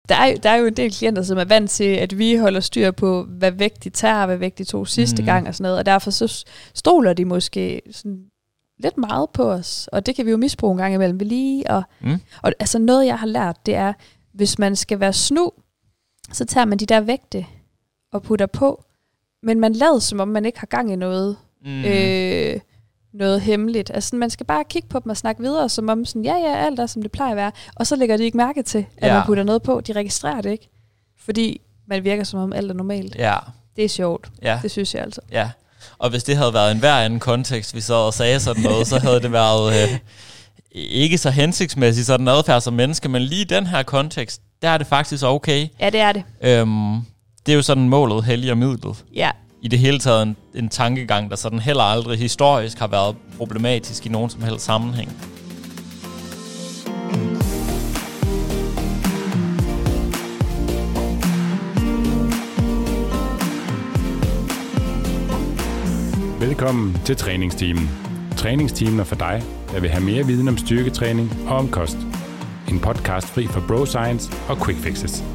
Der er jo en del klienter, som er vant til, at vi holder styr på, hvad vægt de tager, hvad vægt de tog sidste gang og sådan noget. Og derfor så stoler de måske sådan lidt meget på os. Og det kan vi jo misbruge en gang imellem. Og altså noget, jeg har lært, det er, hvis man skal være snu, så tager man de der vægte og putter på. Men man lader, som om man ikke har gang i noget. Noget hemmeligt. Altså, man skal bare kigge på dem og snakke videre, som om sådan, ja, alt er, som det plejer at være. Og så lægger de ikke mærke til, at man putter noget på. De registrerer det ikke. Fordi man virker, som om alt er normalt. Ja. Det er sjovt. Ja. Det synes jeg altså. Ja. Og hvis det havde været en hver anden kontekst, vi sad og sagde sådan noget, så havde det været ikke så hensigtsmæssigt sådan adfærd som menneske, men lige i den her kontekst, der er det faktisk okay. Ja, det er det. Det er jo sådan målet helliger midlet. Ja. I det hele taget en tankegang, der sådan heller aldrig historisk har været problematisk i nogen som helst sammenhæng. Velkommen til Træningsteamen. Træningsteamen er for dig, der vil have mere viden om styrketræning og om kost. En podcast fri for bro science og quick fixes.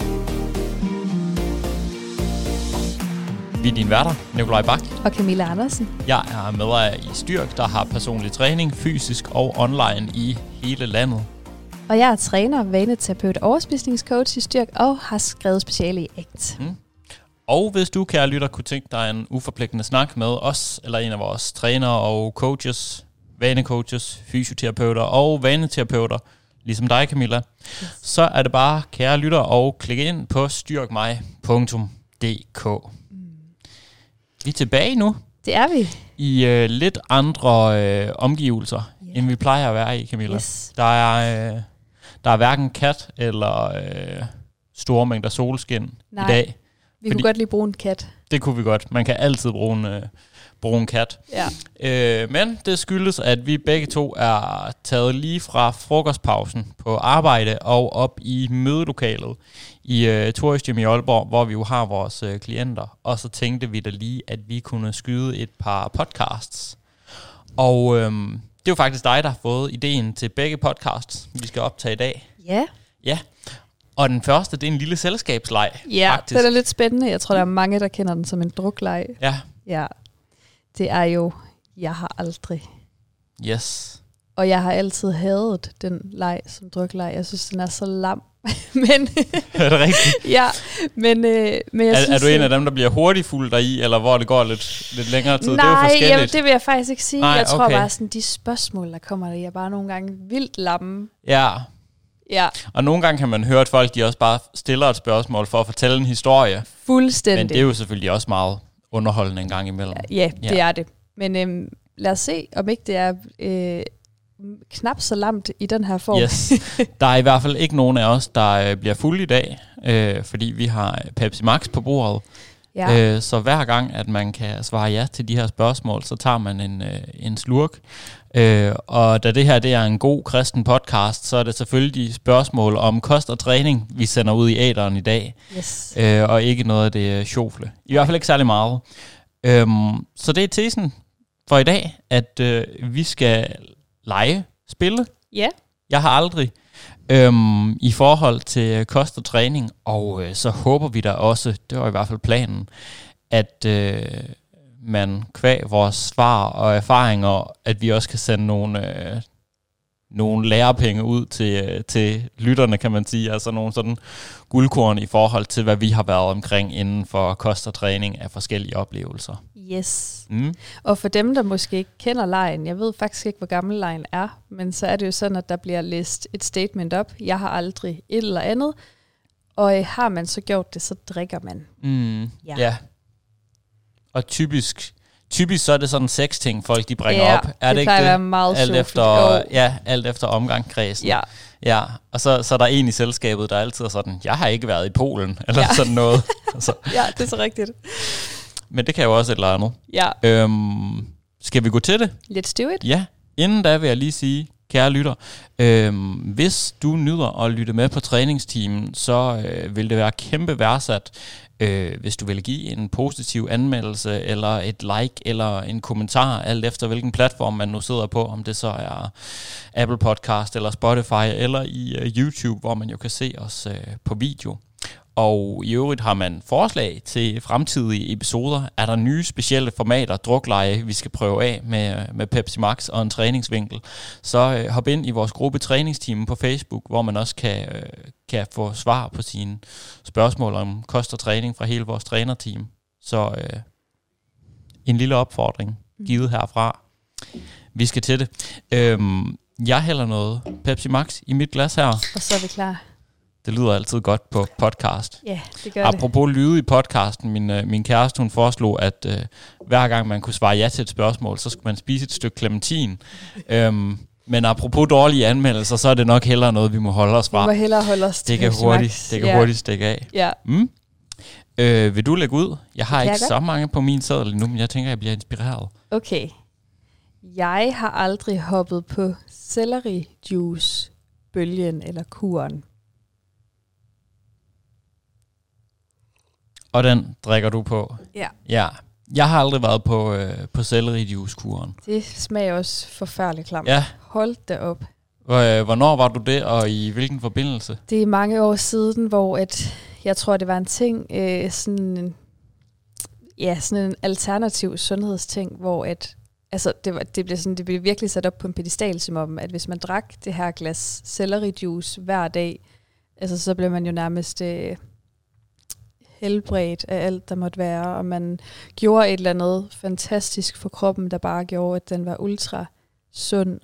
Vi er dine værter, Nikolaj Bak og Camilla Andersen. Jeg er med dig i Styrk, der har personlig træning, fysisk og online i hele landet. Og jeg er træner, vaneterapeut og overspisningscoach i Styrk og har skrevet speciale i ACT. Og hvis du, kære lytter, kunne tænke dig en uforpligtende snak med os, eller en af vores trænere og coaches, vanecoaches, fysioterapeuter og vaneterapeuter, ligesom dig, Camilla, så er det bare, kære lytter, og klikke ind på styrkmig.dk. Vi er tilbage nu. Det er vi. I lidt andre omgivelser, end vi plejer at være i, Camilla. Yes. Der er hverken kat eller store mængder solskin i dag. Vi kunne godt lige bruge en kat. Det kunne vi godt. Man kan altid bruge en kat. Ja. Men det skyldes, at vi begge to er taget lige fra frokostpausen på arbejde og op i mødelokalet i Tourist Gym i Aalborg, hvor vi jo har vores klienter. Og så tænkte vi da lige, at vi kunne skyde et par podcasts. Og det er jo faktisk dig, der har fået ideen til begge podcasts, vi skal optage i dag. Ja. Ja. Og den første, det er en lille selskabsleg. Ja, faktisk. det er lidt spændende. Jeg tror, der er mange, der kender den som en drukleg. Ja. Ja. Det er jo, jeg har aldrig. Yes. Og jeg har altid hadet den leg som drukleg. Jeg synes, den er så lam. Men er det rigtigt? Ja, men jeg synes... Er du en af dem, der bliver hurtigt fuld deri, eller hvor det går lidt længere tid? Nej, det er jo forskelligt. Det vil jeg faktisk ikke sige. Nej, jeg tror okay. bare, sådan de spørgsmål, der kommer, der er bare nogle gange vildt lamme. Ja. Ja. Og nogle gange kan man høre, at folk de også bare stiller et spørgsmål for at fortælle en historie. Fuldstændig. Men det er jo selvfølgelig også meget underholdende en gang imellem. Ja, det er det. Men lad os se, om ikke det er knap så lamt i den her form. Yes. Der er i hvert fald ikke nogen af os, der bliver fulde i dag, fordi vi har Pepsi Max på bordet. Ja. Så hver gang, at man kan svare ja til de her spørgsmål, så tager man en slurk. Og da det her det er en god kristen podcast, så er det selvfølgelig spørgsmål om kost og træning, vi sender ud i æteren i dag. Yes. Og ikke noget af det sjofle. I hvert fald ikke særlig meget. Så det er tesen for i dag, at vi skal spille. Ja. Yeah. Jeg har aldrig i forhold til kost og træning, og så håber vi da også, det var i hvert fald planen, at man kvæg vores svar og erfaringer, at vi også kan sende nogle lærepenge ud til lytterne, kan man sige, altså nogle sådan guldkorn i forhold til, hvad vi har været omkring inden for kost og træning af forskellige oplevelser. Yes. Og for dem, der måske ikke kender legen, jeg ved faktisk ikke, hvor gammel legen er, men så er det jo sådan, at der bliver læst et statement op. Jeg har aldrig et eller andet, og har man så gjort det, så drikker man. Ja. Og typisk så er det sådan 6 ting, folk de bringer op. Er det ikke det? Være meget alt efter omgangskredsen. Ja. Ja, og så er der en i selskabet, der altid er sådan, jeg har ikke været i Polen, eller sådan noget. Altså. Ja, det er så rigtigt. Men det kan jo også et eller andet. Ja. Skal vi gå til det? Let's do it. Ja, inden da vil jeg lige sige, kære lytter, hvis du nyder at lytte med på træningsteamen, så vil det være kæmpe værdsat, Hvis du vil give en positiv anmeldelse, eller et like, eller en kommentar, alt efter hvilken platform man nu sidder på, om det så er Apple Podcast, eller Spotify, eller i YouTube, hvor man jo kan se os på video. Og i øvrigt har man forslag til fremtidige episoder. Er der nye specielle formater, drukleje, vi skal prøve af med Pepsi Max og en træningsvinkel, så hop ind i vores gruppe Træningsteam på Facebook, hvor man også kan få svar på sine spørgsmål om kost og træning fra hele vores trænerteam. Så en lille opfordring givet herfra. Vi skal til det. Jeg hælder noget Pepsi Max i mit glas her. Og så er vi klar. Det lyder altid godt på podcast. Ja, det gør Apropos lyde i podcasten, min kæreste, hun foreslog, at hver gang man kunne svare ja til et spørgsmål, så skulle man spise et stykke clementin. Men apropos dårlige anmeldelser, så er det nok hellere noget, vi må holde os fra. Vi må hellere holde os til Pepsi Max. Det kan hurtigt stikke af. Ja. Vil du lægge ud? Jeg har ikke så mange på min seddel nu, men jeg tænker, jeg bliver inspireret. Okay. Jeg har aldrig hoppet på sellerijuice-bølgen eller kuren. Og den drikker du på? Ja. Jeg har aldrig været på sellerijuice-kuren. Det smager også forfærdeligt klamt. Ja. Hold da op. Hvornår var du det, og i hvilken forbindelse? Det er mange år siden, hvor jeg tror, det var en ting, sådan en alternativ sundhedsting, hvor det blev virkelig sat op på en pedestal, som om, at hvis man drak det her glas sellerijuice hver dag, altså så blev man jo nærmest helbredt af alt, der måtte være, og man gjorde et eller andet fantastisk for kroppen, der bare gjorde, at den var ultra sund,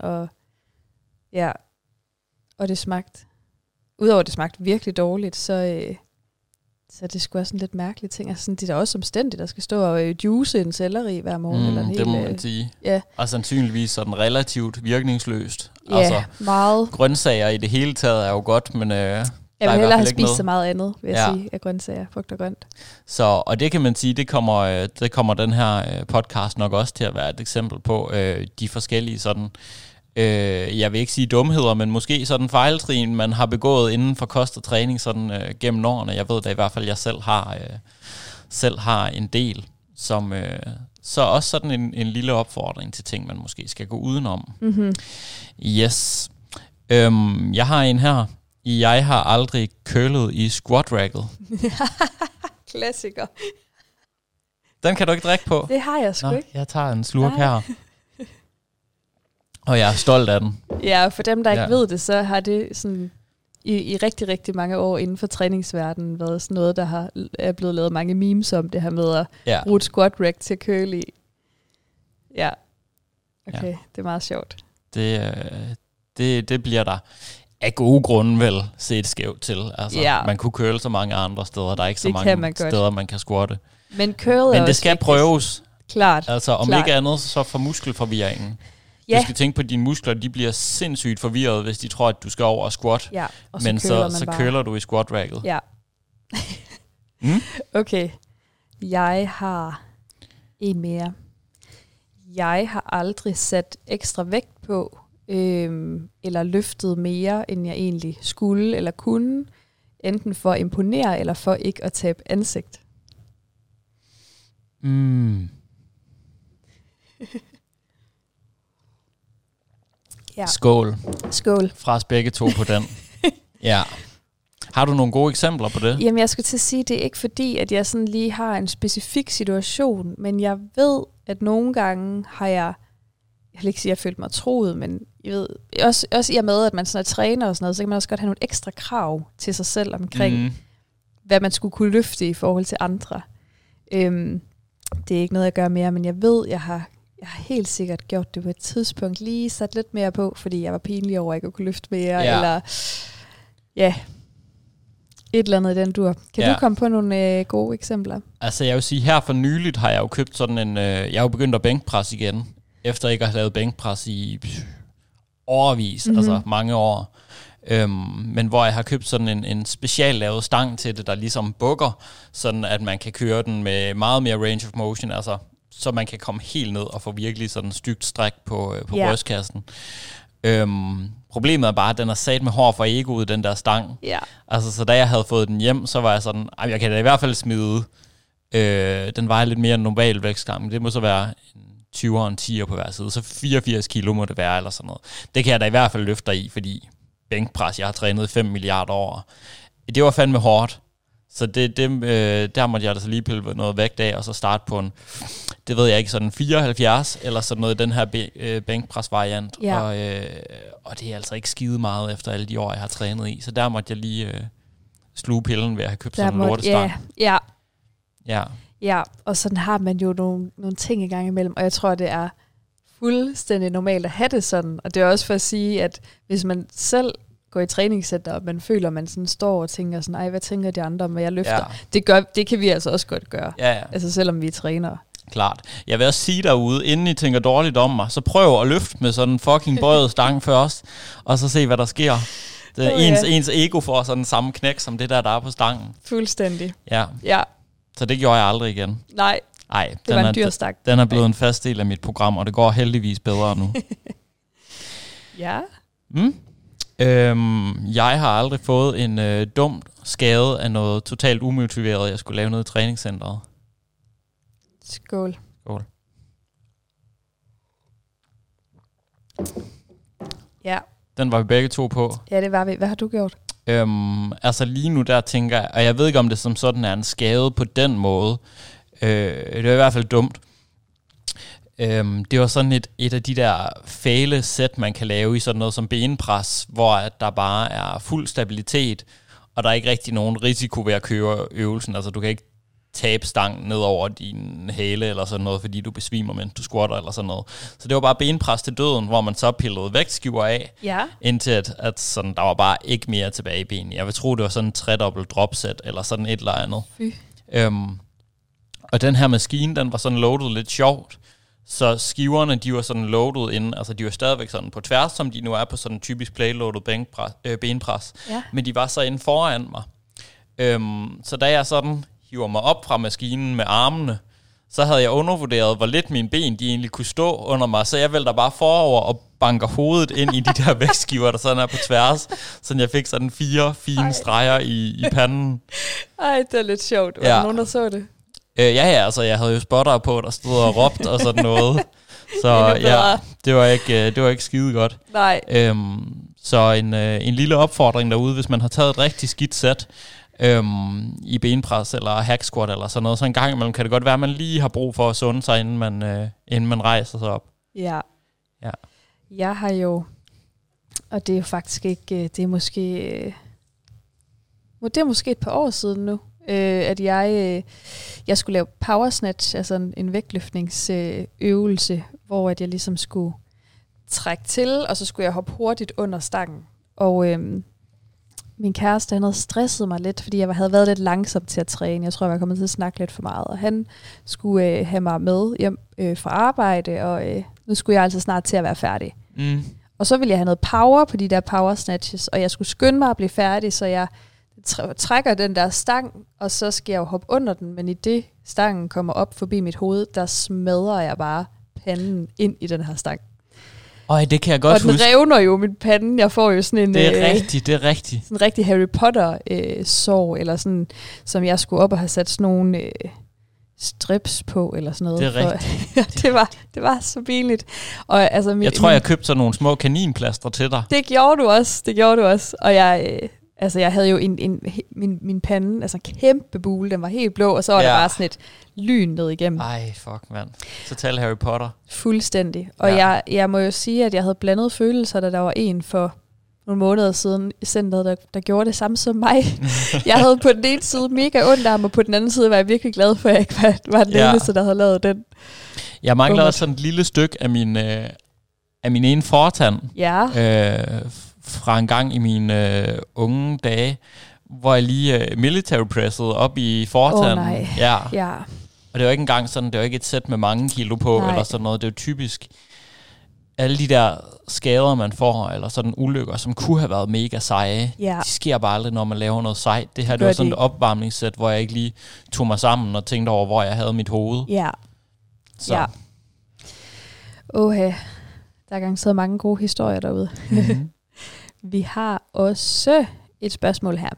og det smagte, udover det smagte virkelig dårligt, så det skulle være sådan lidt mærkelige ting. Altså sådan, det er da også omstændigt, der skal stå og juice en selleri hver morgen. Eller en det må man sige. Ja. Og sandsynligvis sådan relativt virkningsløst. Ja, altså, meget. Grøntsager i det hele taget er jo godt, men jeg vil hellere have spist så meget andet, vil jeg sige, af grøntsager, frugt og grønt. Så, og det kan man sige, det kommer den her podcast nok også til at være et eksempel på, de forskellige sådan, jeg vil ikke sige dumheder, men måske sådan fejltrin, man har begået inden for kost og træning sådan gennem årene. Jeg ved da i hvert fald, at jeg selv har en del, som så også sådan en lille opfordring til ting, man måske skal gå udenom. Mm-hmm. Yes. Jeg har en her. Jeg har aldrig kølet i squat-racket. Klassiker. Den kan du ikke drikke på. Det har jeg sgu ikke. Jeg tager en slurk her. Og jeg er stolt af den. Ja, for dem, der ikke ved det, så har det sådan i rigtig, rigtig mange år inden for træningsverdenen været sådan noget, der er blevet lavet mange memes om, det her med at bruge et squat rack til at køle i. Ja, okay, det er meget sjovt. Det bliver der af gode grunde vel set skævt til. Altså, man kunne køle så mange andre steder, der er ikke så mange steder, man kan squatte. Men det skal prøves. Klart. Altså om ikke andet, så for muskelforvirringen. Ja. Du skal tænke på, at dine muskler, de bliver sindssygt forvirret, hvis de tror, at du skal over og squat. Ja, og men så køler du i squat-racket. Ja. Okay. Jeg har en mere. Jeg har aldrig sat ekstra vægt på, eller løftet mere, end jeg egentlig skulle eller kunne, enten for at imponere, eller for ikke at tabe ansigt. Ja. Skål. Fra os begge to på den. Ja. Har du nogle gode eksempler på det? Jamen, jeg skulle til at sige, det er ikke fordi, at jeg sådan lige har en specifik situation, men jeg ved, at nogle gange har jeg vil ikke sige, at jeg følte mig troet, men jeg ved, også i og med, at man sådan er træner og sådan noget, så kan man også godt have nogle ekstra krav til sig selv omkring, hvad man skulle kunne løfte i forhold til andre. Det er ikke noget, jeg gør mere, men jeg ved, jeg har helt sikkert gjort det på et tidspunkt, lige sat lidt mere på, fordi jeg var pinlig over, at jeg ikke kunne løfte mere, eller et eller andet i den dur. Kan du komme på nogle gode eksempler? Altså jeg vil sige, her for nyligt har jeg jo købt sådan en, jeg har jo begyndt at bænkpres igen, efter ikke at have lavet bænkpres i årevis, altså mange år. Men hvor jeg har købt sådan en speciallavet stang til det, der ligesom bukker, sådan at man kan køre den med meget mere range of motion, altså så man kan komme helt ned og få virkelig sådan stygt stræk på brystkassen. Problemet er bare, at den er sat med hår for egoet, den der stang. Ja. Altså, så da jeg havde fået den hjem, så var jeg sådan, jeg kan da i hvert fald smide. Den vejer lidt mere end normal vægtskam. Det må så være en 20'er og en 10'er på hver side. Så 84 kilo må det være, eller sådan noget. Det kan jeg da i hvert fald løfte i, fordi bænkpres, jeg har trænet 5 milliarder år. Det var fandme hårdt. Så der måtte jeg altså lige pille noget vægt af, og så starte på en, det ved jeg ikke, sådan 74, eller sådan noget i den her bænkpres-variant. Ja. Og det er altså ikke skide meget efter alle de år, jeg har trænet i. Så der måtte jeg lige sluge pillen ved at have købt sådan en lortestang. Ja, og sådan har man jo nogle ting i gang imellem, og jeg tror, det er fuldstændig normalt at have det sådan. Og det er også for at sige, at hvis man selv går i træningscenter, og man føler, at man sådan står og tænker sådan, ej, hvad tænker de andre om, hvad jeg løfter? Ja. Det kan vi altså også godt gøre, altså selvom vi er trænere. Klart. Jeg vil også sige derude, inden I tænker dårligt om mig, så prøv at løfte med sådan en fucking bøjet stang først, og så se, hvad der sker. Ens ego får sådan samme knæk, som det der er på stangen. Fuldstændig. Ja. Så det gjorde jeg aldrig igen. Nej, det var en dyr stang. Den er blevet en fast del af mit program, og det går heldigvis bedre nu. Ja. Jeg har aldrig fået en dum skade af noget totalt umotiveret, jeg skulle lave noget i træningscenteret. Skål. Ja. Den var vi begge to på. Ja, det var vi. Hvad har du gjort? Altså lige nu der tænker jeg, og jeg ved ikke om det som sådan er en skade på den måde. Det er i hvert fald dumt. Det var sådan et af de der fæle sæt, man kan lave i sådan noget som benpres, hvor at der bare er fuld stabilitet, og der er ikke rigtig nogen risiko ved at køre øvelsen. Altså du kan ikke tabe stangen ned over din hale eller sådan noget, fordi du besvimer, mens du squatter eller sådan noget. Så det var bare benpres til døden, hvor man så pillede vægtskiver af, indtil at sådan, der var bare ikke mere tilbage i benene. Jeg vil tro, det var sådan en 3-dobbelt dropset eller sådan et eller andet. Og den her maskine, den var sådan loaded lidt sjovt. Så skiverne, de var sådan loaded inden, altså de var stadigvæk sådan på tværs, som de nu er på sådan en typisk playloaded benpres. Ja. Men de var så inde foran mig. Så da jeg sådan hiver mig op fra maskinen med armene, så havde jeg undervurderet, hvor lidt mine ben de egentlig kunne stå under mig. Så jeg vælter bare forover og banker hovedet ind i de der vægtskiver, der sådan er på tværs. Så jeg fik sådan 4 fine streger i panden. Ej, det er lidt sjovt. Var der nogen, der så det? Altså jeg havde jo spotter på, der stod og råbte og sådan noget. Så det var ikke skide godt. Nej. Så en lille opfordring derude, hvis man har taget et rigtig skidt sæt i benpres eller hack squat eller sådan noget, så en gang imellem kan det godt være, at man lige har brug for at sunde sig, inden man rejser sig op. Ja. Jeg har jo, og det er jo faktisk ikke, det er måske et par år siden nu, at jeg skulle lave power snatch, altså en vægtløftningsøvelse, hvor at jeg ligesom skulle trække til, og så skulle jeg hoppe hurtigt under stangen. Og min kæreste, han havde stresset mig lidt, fordi jeg havde været lidt langsom til at træne. Jeg tror, jeg var kommet til at snakke lidt for meget. Og han skulle have mig med hjem fra arbejde, og nu skulle jeg altså snart til at være færdig. Og så ville jeg have noget power på de der power snatches, og jeg skulle skynde mig at blive færdig, så jeg trækker den der stang, og så skal jeg jo hoppe under den, men i det stangen kommer op forbi mit hoved, der smadrer jeg bare panden ind i den her stang. Det kan jeg godt huske. Og den revner jo min pande. Jeg får jo sådan en... Det er rigtigt. Sådan en rigtig Harry Potter-sår, eller sådan, som jeg skulle op og have sat sådan nogle strips på, eller sådan noget. Det er rigtigt. det var så pinligt. Og, altså, jeg tror, jeg købte sådan nogle små kaninplaster til dig. Det gjorde du også. Og jeg havde jo min pande, altså en kæmpe bule, den var helt blå, og så var der bare sådan et lyn ned igennem. Ej, fuck mand. Så tal Harry Potter. Fuldstændig. Og jeg må jo sige, at jeg havde blandet følelser, da der var en for nogle måneder siden i centret, der gjorde det samme som mig. Jeg havde på den ene side mega ondt af ham, og på den anden side var jeg virkelig glad for, at jeg ikke var den eneste, der havde lavet den. Jeg mangler også sådan et lille stykke af min ene fortand. Ja. Fra en gang i mine unge dage, hvor jeg lige military pressede op i fortanden. Ja. Og det var ikke engang sådan, det var ikke et sæt med mange kilo på, eller sådan noget. Det er jo typisk alle de der skader, man får, eller sådan ulykker, som kunne have været mega seje. De sker bare aldrig, når man laver noget sejt. Det her, det var sådan et opvarmningssæt, hvor jeg ikke lige tog mig sammen og tænkte over, hvor jeg havde mit hoved. Ja. Der er garanteret mange gode historier derude. Mm-hmm. Vi har også et spørgsmål her.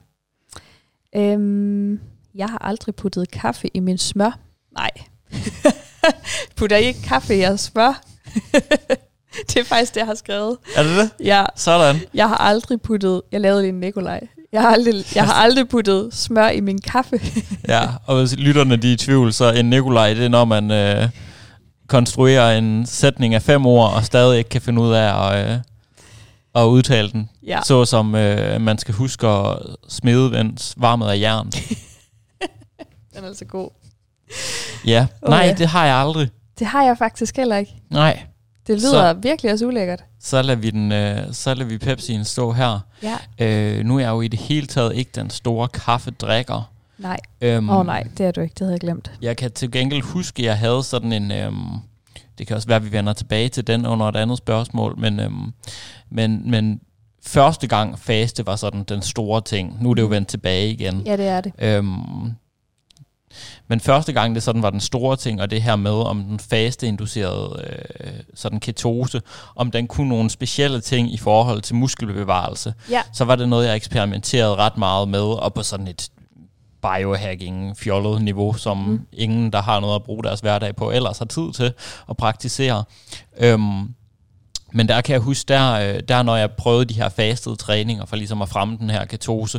Jeg har aldrig puttet kaffe i min smør. Nej. Putter I ikke kaffe i jeres smør? Det er faktisk det, jeg har skrevet. Er det det? Ja. Sådan. Jeg har aldrig puttet... Jeg lavede lige en Nikolaj. Jeg har aldrig puttet smør i min kaffe. Ja, og hvis lytterne de er i tvivl, så en Nikolaj, det er når man konstruerer en sætning af 5 ord, og stadig ikke kan finde ud af at udtale den. Ja. Så som man skal huske at smide vens varmet af jern. Den er altså god. Ja, nej, det har jeg aldrig. Det har jeg faktisk heller ikke. Nej. Det lyder virkelig også ulækkert. Så lader vi Pepsi'en stå her. Ja. Nu er jeg jo i det hele taget ikke den store kaffedrikker. Nej. Nej, det er du ikke. Det havde jeg glemt. Jeg kan til gengæld huske, at jeg havde sådan en... det kan også være, at vi vender tilbage til den under et andet spørgsmål, men første gang faste var sådan den store ting. Nu er det jo vendt tilbage igen. Ja, det er det. Men første gang det sådan var den store ting, og det her med, om den faste-inducerede sådan ketose, om den kunne nogle specielle ting i forhold til muskelbevarelse, så var det noget, jeg eksperimenterede ret meget med, og på sådan et biohacking-fjollet niveau, som ingen, der har noget at bruge deres hverdag på, ellers har tid til at praktisere. Men der kan jeg huske, der når jeg prøvede de her fastede træninger, for ligesom at fremme den her ketose,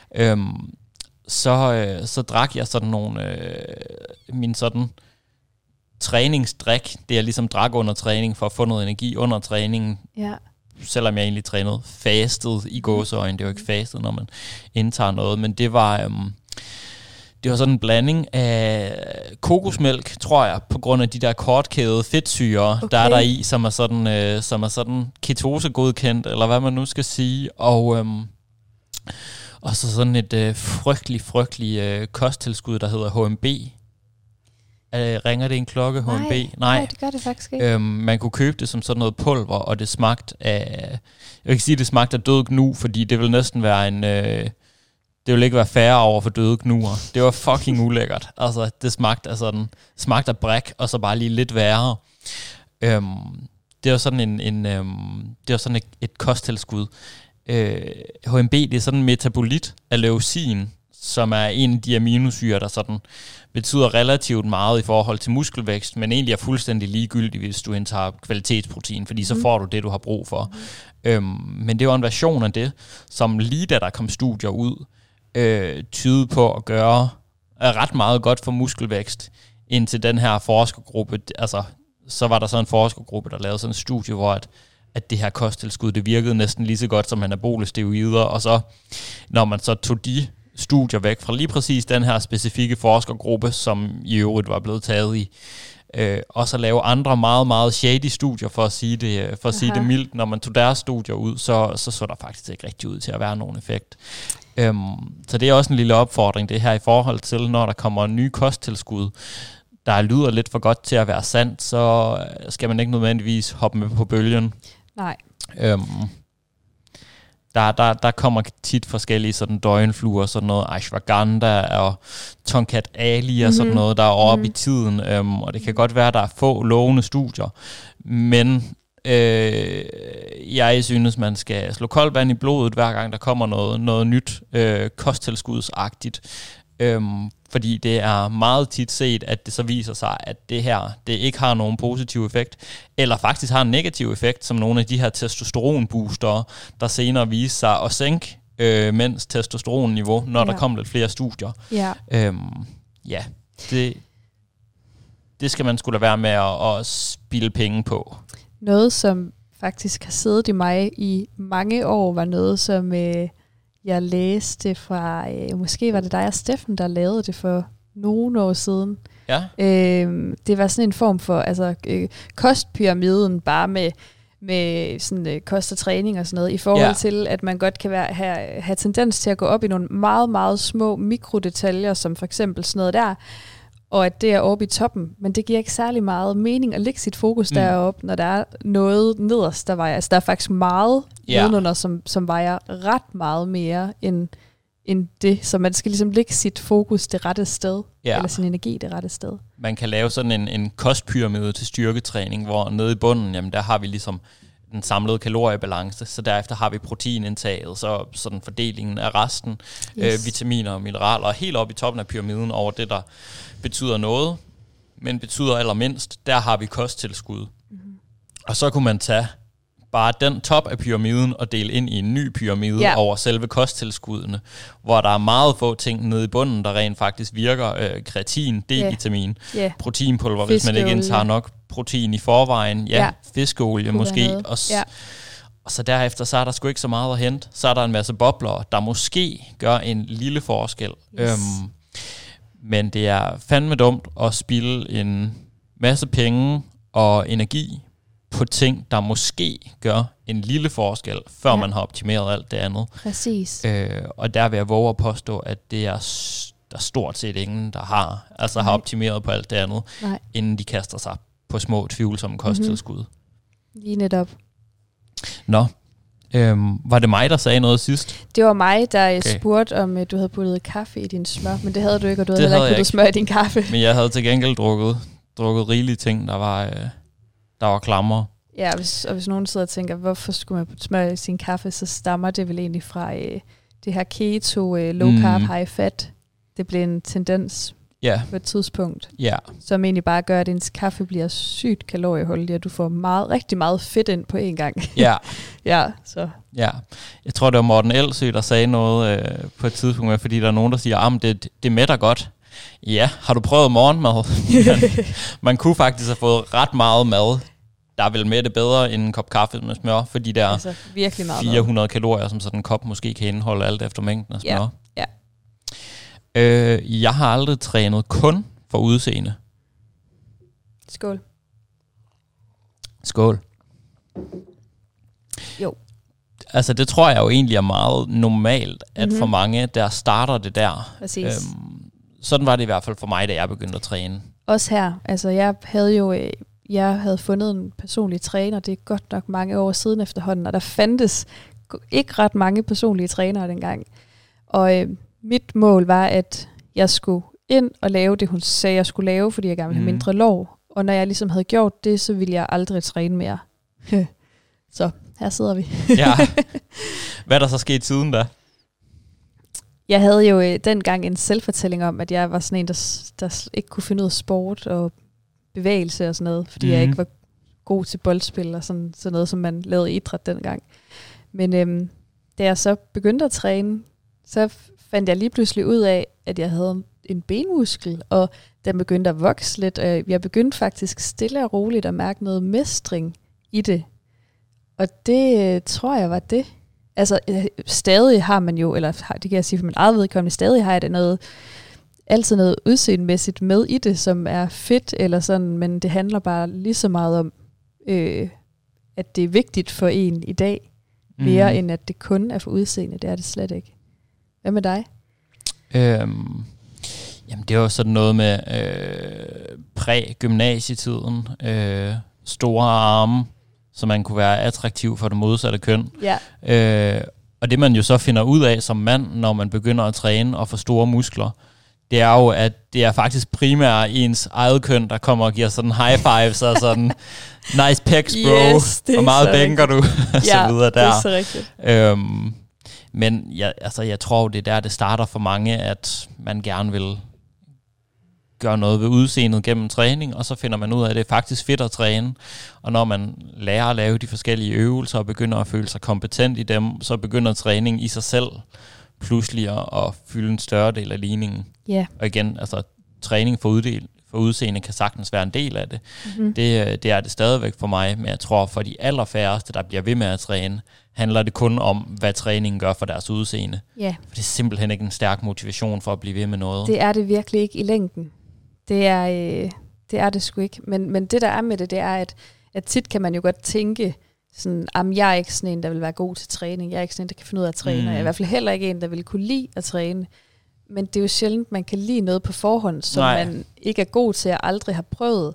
så drak jeg sådan nogle, min sådan træningsdrik, det jeg ligesom drak under træning, for at få noget energi under træningen. Ja. Selvom jeg egentlig trænede fastet i gåseøjne, det er jo ikke fastet, når man indtager noget, men det var sådan en blanding af kokosmælk, tror jeg, på grund af de der kortkædede fedtsyrer, der er der i, som er sådan ketosegodkendt, eller hvad man nu skal sige, og så sådan et frygtelig kosttilskud, der hedder HMB. Ringer det en klokke, HMB? Nej, det gør det faktisk ikke. Man kunne købe det som sådan noget pulver, og det smagte af... Jeg vil ikke sige, det smagte af død gnu, fordi det vil næsten være en... det ville ikke være færre over for døde gnuer. Det var fucking ulækkert. Altså, det smagte af bræk, og så bare lige lidt værre. Det var sådan det var sådan et kosttilskud. HMB, det er sådan en metabolit af leucin, som er en af de aminosyrer, der sådan betyder relativt meget i forhold til muskelvækst, men egentlig er fuldstændig ligegyldig, hvis du indtager kvalitetsprotein, fordi så får du det, du har brug for. Men det var en version af det, som lige da der kom studier ud, tyde på at gøre ret meget godt for muskelvækst, indtil den her forskergruppe, altså så var der så en forskergruppe, der lavede sådan en studie, hvor at det her kosttilskud, det virkede næsten lige så godt som anabole steroider, og så når man så tog de studier væk fra lige præcis den her specifikke forskergruppe, som i øvrigt var blevet taget i, og så lave andre meget, meget shady studier, for at sige det mildt. Når man tog deres studier ud, så der faktisk ikke rigtig ud til at være nogen effekt. Så det er også en lille opfordring, det her i forhold til, når der kommer en ny kosttilskud, der lyder lidt for godt til at være sandt, så skal man ikke nødvendigvis hoppe med på bølgen. Nej. Der kommer tit forskellige sådan døgnfluer, sådan noget ashwagandha og tonkat ali og sådan noget, der er oppe i tiden. Og det kan godt være, at der er få lovende studier, men jeg synes, man skal slå koldt vand i blodet, hver gang der kommer noget nyt kosttilskudsagtigt. Fordi det er meget tit set, at det så viser sig, at det her, det ikke har nogen positiv effekt, eller faktisk har en negativ effekt, som nogle af de her testosteronboostere, der senere viser sig at sænke mænds testosteronniveau, når der kommer lidt flere studier. Ja. Det skal man sgu lade være med at spilde penge på. Noget, som faktisk har siddet i mig i mange år, var noget, som jeg læste fra, måske var det dig og Steffen, der lavede det for nogle år siden. Ja. Det var sådan en form for kostpyramiden, bare med sådan kost og træning og sådan noget, i forhold til, at man godt kan have tendens til at gå op i nogle meget, meget små mikrodetaljer, som for eksempel sådan noget der, og at det er oppe i toppen, men det giver ikke særlig meget mening at lægge sit fokus deroppe, når der er noget nederst, der vejer. Altså der er faktisk meget nedenunder, som vejer ret meget mere end end det. Så man skal ligesom lægge sit fokus det rette sted, eller sin energi det rette sted. Man kan lave sådan en kostpyramide til styrketræning, hvor nede i bunden, jamen der har vi ligesom den samlede kaloriebalance, så derefter har vi proteinindtaget, så sådan fordelingen af resten, vitaminer og mineraler, og helt oppe i toppen af pyramiden over det, der betyder noget, men betyder allermindst, der har vi kosttilskud. Mm-hmm. Og så kunne man tage bare den top af pyramiden og dele ind i en ny pyramide over selve kosttilskuddene, hvor der er meget få ting nede i bunden, der rent faktisk virker. Kreatin, D-vitamin, proteinpulver, hvis man ikke indtager nok protein i forvejen, fiskeolie måske. Og så derefter, så er der sgu ikke så meget at hente. Så er der en masse bobler, der måske gør en lille forskel. Yes. Men det er fandme dumt at spilde en masse penge og energi på ting, der måske gør en lille forskel, før man har optimeret alt det andet. Præcis. Og der vil jeg våge at påstå, at det er der stort set ingen, der har optimeret på alt det andet, inden de kaster sig på små tvivlsomme kosttilskud. Lige netop. Nå, var det mig, der sagde noget sidst? Det var mig, der spurgte, om du havde puttet kaffe i din smør, men det havde du ikke, og du havde heller ikke puttet smør i din kaffe. Men jeg havde til gengæld drukket rigelige ting, der var klammer. Ja, og hvis nogen sidder og tænker, hvorfor skulle man putte smør i sin kaffe, så stammer det vel egentlig fra det her keto, low carb, high fat. Det blev en tendens på et tidspunkt, som egentlig bare gør, at ens kaffe bliver sygt kalorieholdig, og du får rigtig meget fedt ind på én gang. Så. Ja, jeg tror, det var Morten Elsø, der sagde noget på et tidspunkt, fordi der er nogen, der siger, det mætter godt. Ja, har du prøvet morgenmad? Man kunne faktisk have fået ret meget mad, der vil med det bedre end en kop kaffe med smør, fordi der er virkelig meget 400 kalorier, som sådan en kop måske kan indeholde alt efter mængden af smør. Ja. Jeg har aldrig trænet kun for udseende. Skål. Skål. Jo. Altså det tror jeg jo egentlig er meget normalt, at for mange, der starter det der. Præcis. Sådan var det i hvert fald for mig, da jeg begyndte at træne. Også her. Altså jeg havde fundet en personlig træner, det er godt nok mange år siden efterhånden, og der fandtes ikke ret mange personlige trænere dengang. Og mit mål var, at jeg skulle ind og lave det, hun sagde, jeg skulle lave, fordi jeg gerne ville have mindre lår. Og når jeg ligesom havde gjort det, så ville jeg aldrig træne mere. Så her sidder vi. Ja. Hvad er der så sket siden da? Jeg havde jo dengang en selvfortælling om, at jeg var sådan en, der ikke kunne finde ud af sport og bevægelse og sådan noget, fordi jeg ikke var god til boldspil og sådan noget, som man lavede i idræt dengang. Men da jeg så begyndte at træne, så fandt jeg lige pludselig ud af, at jeg havde en benmuskel, og den begyndte at vokse lidt, og jeg begyndte faktisk stille og roligt at mærke noget mestring i det. Og det tror jeg var det. Altså stadig har man jo, eller det kan jeg sige for min eget vedkommende, stadig har jeg det altid noget udseendemæssigt med i det, som er fedt eller sådan, men det handler bare lige så meget om, at det er vigtigt for en i dag, mere end at det kun er for udseende. Det er det slet ikke. Hvad med dig? Jamen det var sådan noget med præ-gymnasietiden, store arme, så man kunne være attraktiv for det modsatte køn. Ja. Og det man jo så finder ud af som mand, når man begynder at træne og få store muskler, det er jo, at det er faktisk primært ens eget køn, der kommer og giver sådan high fives og sådan, nice pecs bro, og meget bænker du, og så videre der. Det er så rigtigt. Men jeg tror, det er der, det starter for mange, at man gerne vil gøre noget ved udseendet gennem træning, og så finder man ud af, at det er faktisk fedt at træne. Og når man lærer at lave de forskellige øvelser og begynder at føle sig kompetent i dem, så begynder træning i sig selv pludselig at fylde en større del af ligningen. Yeah. Og igen, altså træning for udseende kan sagtens være en del af det. Mm-hmm. Det er det stadigvæk for mig, men jeg tror, for de allerfærreste, der bliver ved med at træne, handler det kun om, hvad træningen gør for deres udseende. Yeah. For det er simpelthen ikke en stærk motivation for at blive ved med noget. Det er det virkelig ikke i længden. Det er det sgu ikke. Men det, der er med det, det er, at tit kan man jo godt tænke, sådan, jeg er ikke sådan en, der vil være god til træning. Jeg er ikke sådan en, der kan finde ud af at træne. Jeg er i hvert fald heller ikke en, der vil kunne lide at træne. Men det er jo sjældent, man kan lide noget på forhånd, som man ikke er god til at aldrig har prøvet.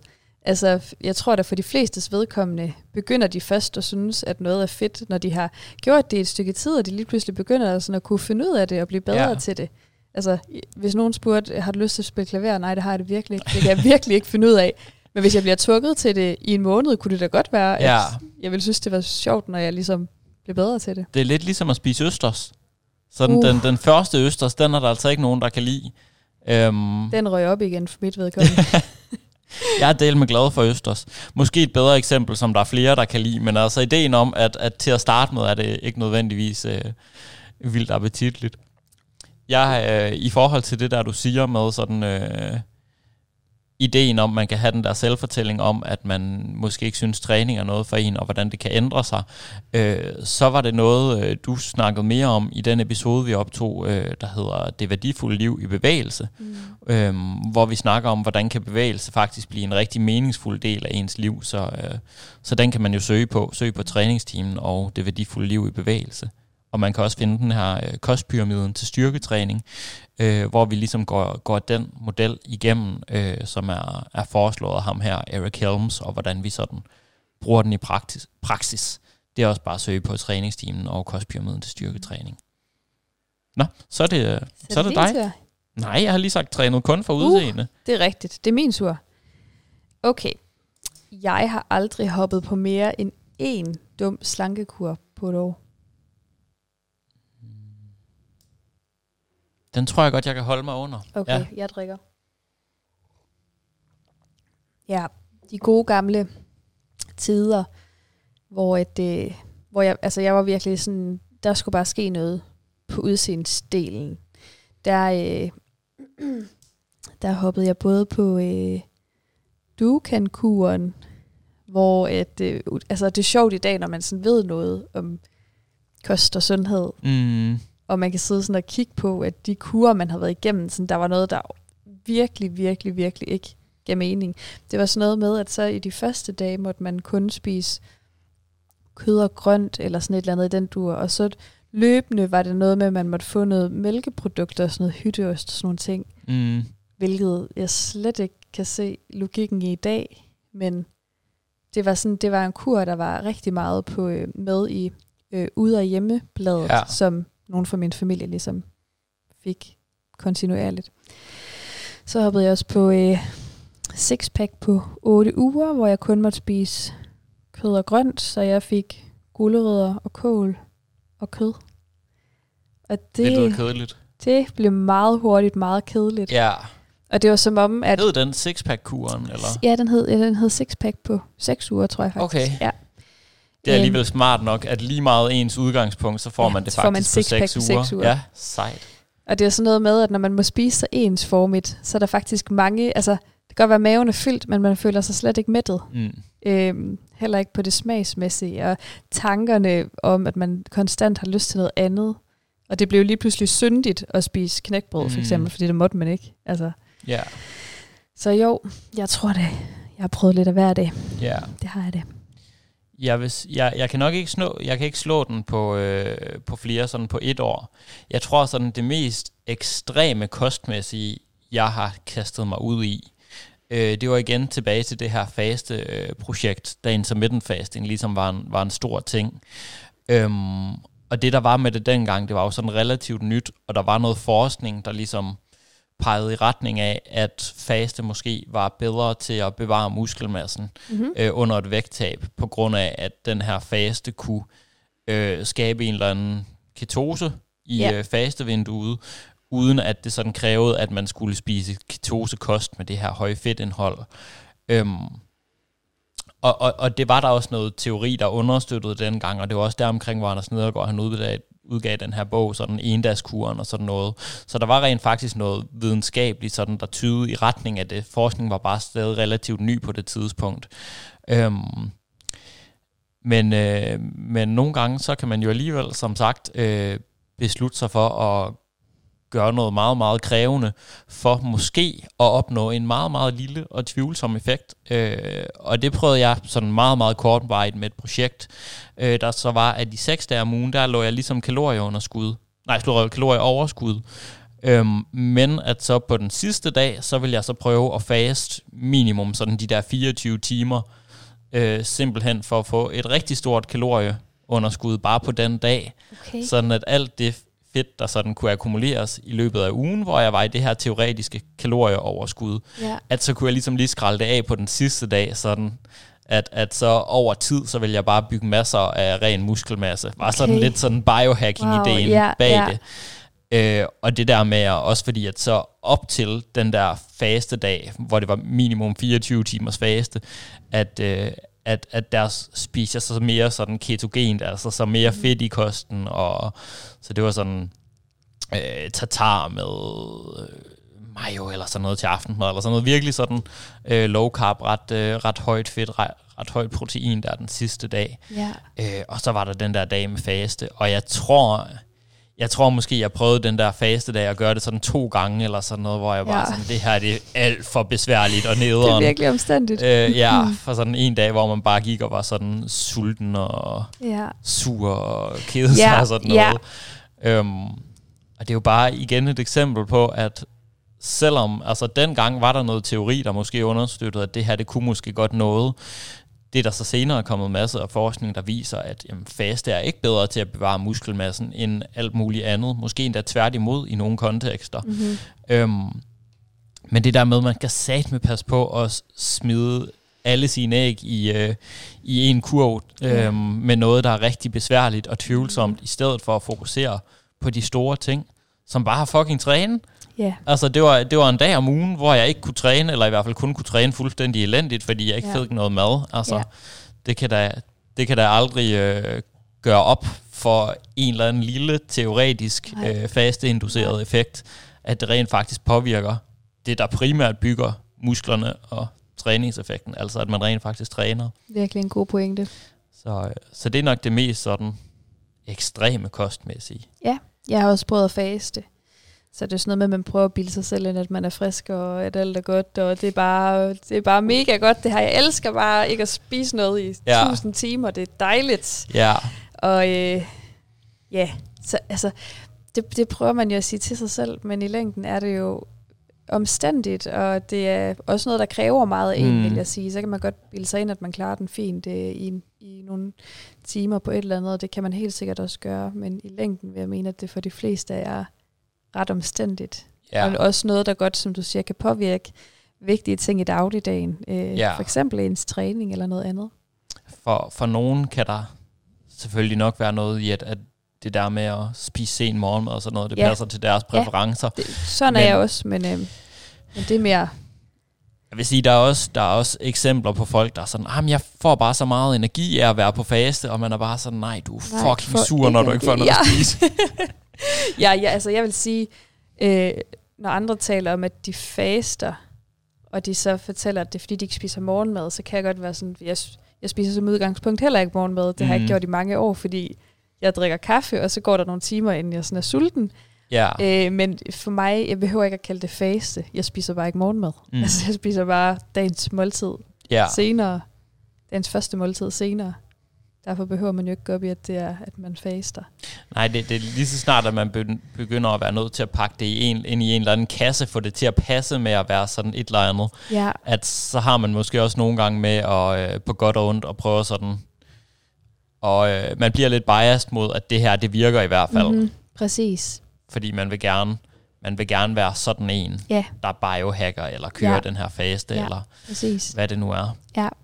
Altså, jeg tror, at for de flestes vedkommende begynder de først at synes, at noget er fedt, når de har gjort det et stykke tid, og de lige pludselig begynder sådan at kunne finde ud af det og blive bedre til det. Altså, hvis nogen spurgte, har du lyst til at spille klaver? Nej, det har jeg det virkelig ikke. Det kan jeg virkelig ikke finde ud af. Men hvis jeg bliver tvunget til det i en måned, kunne det da godt være, at jeg ville synes, det var sjovt, når jeg ligesom blev bedre til det. Det er lidt ligesom at spise østers. Så den første østers, den er der altså ikke nogen, der kan lide. Den røg op igen for mit vedkommende. Jeg er delt med glad for østers. Måske et bedre eksempel, som der er flere, der kan lide, men altså ideen om, at til at starte med, er det ikke nødvendigvis vildt appetitligt. I forhold til det der, du siger med sådan ideen om, man kan have den der selvfortælling om, at man måske ikke synes, træning er noget for en, og hvordan det kan ændre sig, så var det noget, du snakkede mere om i den episode, vi optog, der hedder Det værdifulde liv i bevægelse, hvor vi snakker om, hvordan kan bevægelse faktisk blive en rigtig meningsfuld del af ens liv, så den kan man jo søge på træningsteamen og Det værdifulde liv i bevægelse. Og man kan også finde den her kostpyramiden til styrketræning, hvor vi ligesom går den model igennem, som er foreslået af ham her, Eric Helms, og hvordan vi sådan bruger den i praksis. Det er også bare at søge på træningsteamen og kostpyramiden til styrketræning. Nå, så er det dig. Nej, jeg har lige sagt trænet kun for udseende. Det er rigtigt. Det er min tur. Okay. Jeg har aldrig hoppet på mere end én dum slankekur på et år. Den tror jeg godt, jeg kan holde mig under. Okay, jeg drikker. Ja, de gode gamle tider, hvor jeg var virkelig sådan, der skulle bare ske noget på udseendsdelen. Der hoppede jeg både på Dukan-kuren, hvor det er sjovt i dag, når man sådan ved noget om kost og sundhed. Og man kan sidde sådan og kigge på, at de kurer, man har været igennem, sådan, der var noget, der virkelig, virkelig, virkelig ikke gav mening. Det var sådan noget med, at så i de første dage måtte man kun spise kød og grønt, eller sådan et eller andet i den dur. Og så løbende var det noget med, at man måtte få noget mælkeprodukter, sådan noget hytteost og sådan nogle ting. Hvilket jeg slet ikke kan se logikken i dag. Men det var en kur, der var rigtig meget med i ude- og hjemmebladet, som nogen fra min familie ligesom fik kontinuerligt. Så hoppede jeg også på sixpack på 8 uger, hvor jeg kun måtte spise kød og grønt, så jeg fik gulerødder og kål og kød. Og det lyder kedeligt. Det blev meget hurtigt meget kedeligt. Ja. Og det var som om, at... Hed den sixpack-kuren, eller? Ja, den hed sixpack på 6 uger, tror jeg faktisk. Okay. Ja. Det er alligevel smart nok, at lige meget ens udgangspunkt, så får man det faktisk på 6 uger. Ja, sejt. Og det er sådan noget med, at når man må spise så ensformigt, så er der faktisk mange... Altså, det kan godt være, at maven er fyldt, men man føler sig slet ikke mættet. Heller ikke på det smagsmæssige. Og tankerne om, at man konstant har lyst til noget andet. Og det blev lige pludselig syndigt at spise knækbrød, for eksempel, fordi det måtte man ikke. Altså. Yeah. Så jo, jeg tror det. Jeg har prøvet lidt af hver dag. Yeah. Det har jeg det. Jeg kan nok ikke slå den på flere sådan på 1 år. Jeg tror sådan det mest ekstreme kostmæssige, jeg har kastet mig ud i, det var igen tilbage til det her faste projekt, da intermittent fasting ligesom var en stor ting. Og det der var med det dengang, det var jo sådan relativt nyt, og der var noget forskning, der ligesom pegede i retning af, at faste måske var bedre til at bevare muskelmassen under et vægttab, på grund af, at den her faste kunne skabe en eller anden ketose i fastevinduet, uden at det sådan krævede, at man skulle spise ketosekost med det her høje fedtindhold. Og det var der også noget teori, der understøttede dengang, og det var også der omkring, hvor Anders Nedergaard han udgav den her bog, sådan endagskuren og sådan noget. Så der var rent faktisk noget videnskabeligt, sådan, der tydede i retning af det. Forskningen var bare stadig relativt ny på det tidspunkt. Men nogle gange, så kan man jo alligevel, som sagt, beslutte sig for at gøre noget meget, meget krævende for måske at opnå en meget, meget lille og tvivlsom effekt. Og det prøvede jeg sådan meget, meget kortvarigt med et projekt, der så var, at de 6 dage om ugen, der lå jeg ligesom kalorieoverskud. Men at så på den sidste dag, så vil jeg så prøve at faste minimum sådan de der 24 timer, simpelthen for at få et rigtig stort kalorieunderskud bare på den dag. Okay. Sådan at alt det fedt, der sådan kunne akkumuleres i løbet af ugen, hvor jeg var i det her teoretiske kalorieoverskud, at så kunne jeg ligesom lige skralde det af på den sidste dag, sådan at så over tid, så vil jeg bare bygge masser af ren muskelmasse. Bare sådan lidt sådan biohacking-ideen bag det. Og det der med, også fordi at så op til den der faste dag, hvor det var minimum 24 timers faste, at der spiser så mere sådan ketogent, altså så mere fedt i kosten, og så det var sådan tartar med mayo eller sådan noget til aftensmad, eller sådan noget virkelig sådan low carb, ret højt fedt, ret højt protein der den sidste dag. Og så var der den der dag med faste, og jeg tror måske, jeg prøvede den der faste dag at gøre det sådan 2 gange, eller sådan noget, hvor jeg bare sådan, det her det er alt for besværligt og nederen. Det er virkelig omstændigt. For sådan en dag, hvor man bare gik og var sådan sulten og sur og kede sig og sådan noget. Og det er jo bare igen et eksempel på, at selvom, altså dengang var der noget teori, der måske understøttede, at det her, det kunne måske godt noget. Det er der så senere kommet masser af forskning, der viser, at faste er ikke bedre til at bevare muskelmassen end alt muligt andet. Måske endda tværtimod i nogle kontekster. Men det der med, at man kan satme passe på at smide alle sine æg i en kurv med noget, der er rigtig besværligt og tvivlsomt, i stedet for at fokusere på de store ting, som bare har fucking træne. Altså det var en dag om ugen, hvor jeg ikke kunne træne, eller i hvert fald kun kunne træne fuldstændig elendigt, fordi jeg ikke fik noget mad. Altså det kan da aldrig gøre op for en eller anden lille teoretisk fasteinduceret effekt, at det rent faktisk påvirker det, der primært bygger musklerne og træningseffekten, altså at man rent faktisk træner. Virkelig en god pointe. Så det er nok det mest sådan ekstreme kostmæssige. Ja, jeg har også prøvet at faste. Så det er sådan noget med, at man prøver at bilde sig selv ind, at man er frisk, og at alt er godt, og det er bare mega godt det her. Jeg elsker bare ikke at spise noget i 1000 timer, det er dejligt. Og så altså, det prøver man jo at sige til sig selv, men i længden er det jo omstændigt, og det er også noget, der kræver meget af en, vil jeg sige. Så kan man godt bilde sig ind, at man klarer den fint i nogle timer på et eller andet, og det kan man helt sikkert også gøre, men i længden vil jeg mene, at det for de fleste er ret omstændigt. Og også noget, der godt, som du siger, kan påvirke vigtige ting i dagligdagen. For eksempel ens træning eller noget andet. For nogen kan der selvfølgelig nok være noget i, at det der med at spise sen morgenmad og sådan noget, det passer til deres præferencer. Sådan er jeg også, men det er mere... Jeg vil sige, der er også eksempler på folk, der er sådan, jeg får bare så meget energi af at være på faste, og man er bare sådan, nej, du er fucking sur, når du ikke får noget at spise. Altså jeg vil sige, når andre taler om, at de faster, og de så fortæller, at det er fordi, de ikke spiser morgenmad, så kan jeg godt være sådan, jeg spiser som udgangspunkt heller ikke morgenmad. Det har jeg ikke gjort i mange år, fordi jeg drikker kaffe, og så går der nogle timer, inden jeg sådan er sulten. Men for mig, jeg behøver ikke at kalde det faste. Jeg spiser bare ikke morgenmad. Altså jeg spiser bare dagens måltid senere. Dagens første måltid senere. Derfor behøver man jo ikke gå op i, at det er, at man faster. Nej, det er lige så snart, at man begynder at være nødt til at pakke det ind i en eller anden kasse, få det til at passe med at være sådan et eller andet. At så har man måske også nogle gange med at på godt og ondt at prøve sådan. Og man bliver lidt biased mod, at det her, det virker i hvert fald. Præcis. Fordi man vil gerne være sådan en, der biohacker, eller kører den her faste, eller hvad det nu er.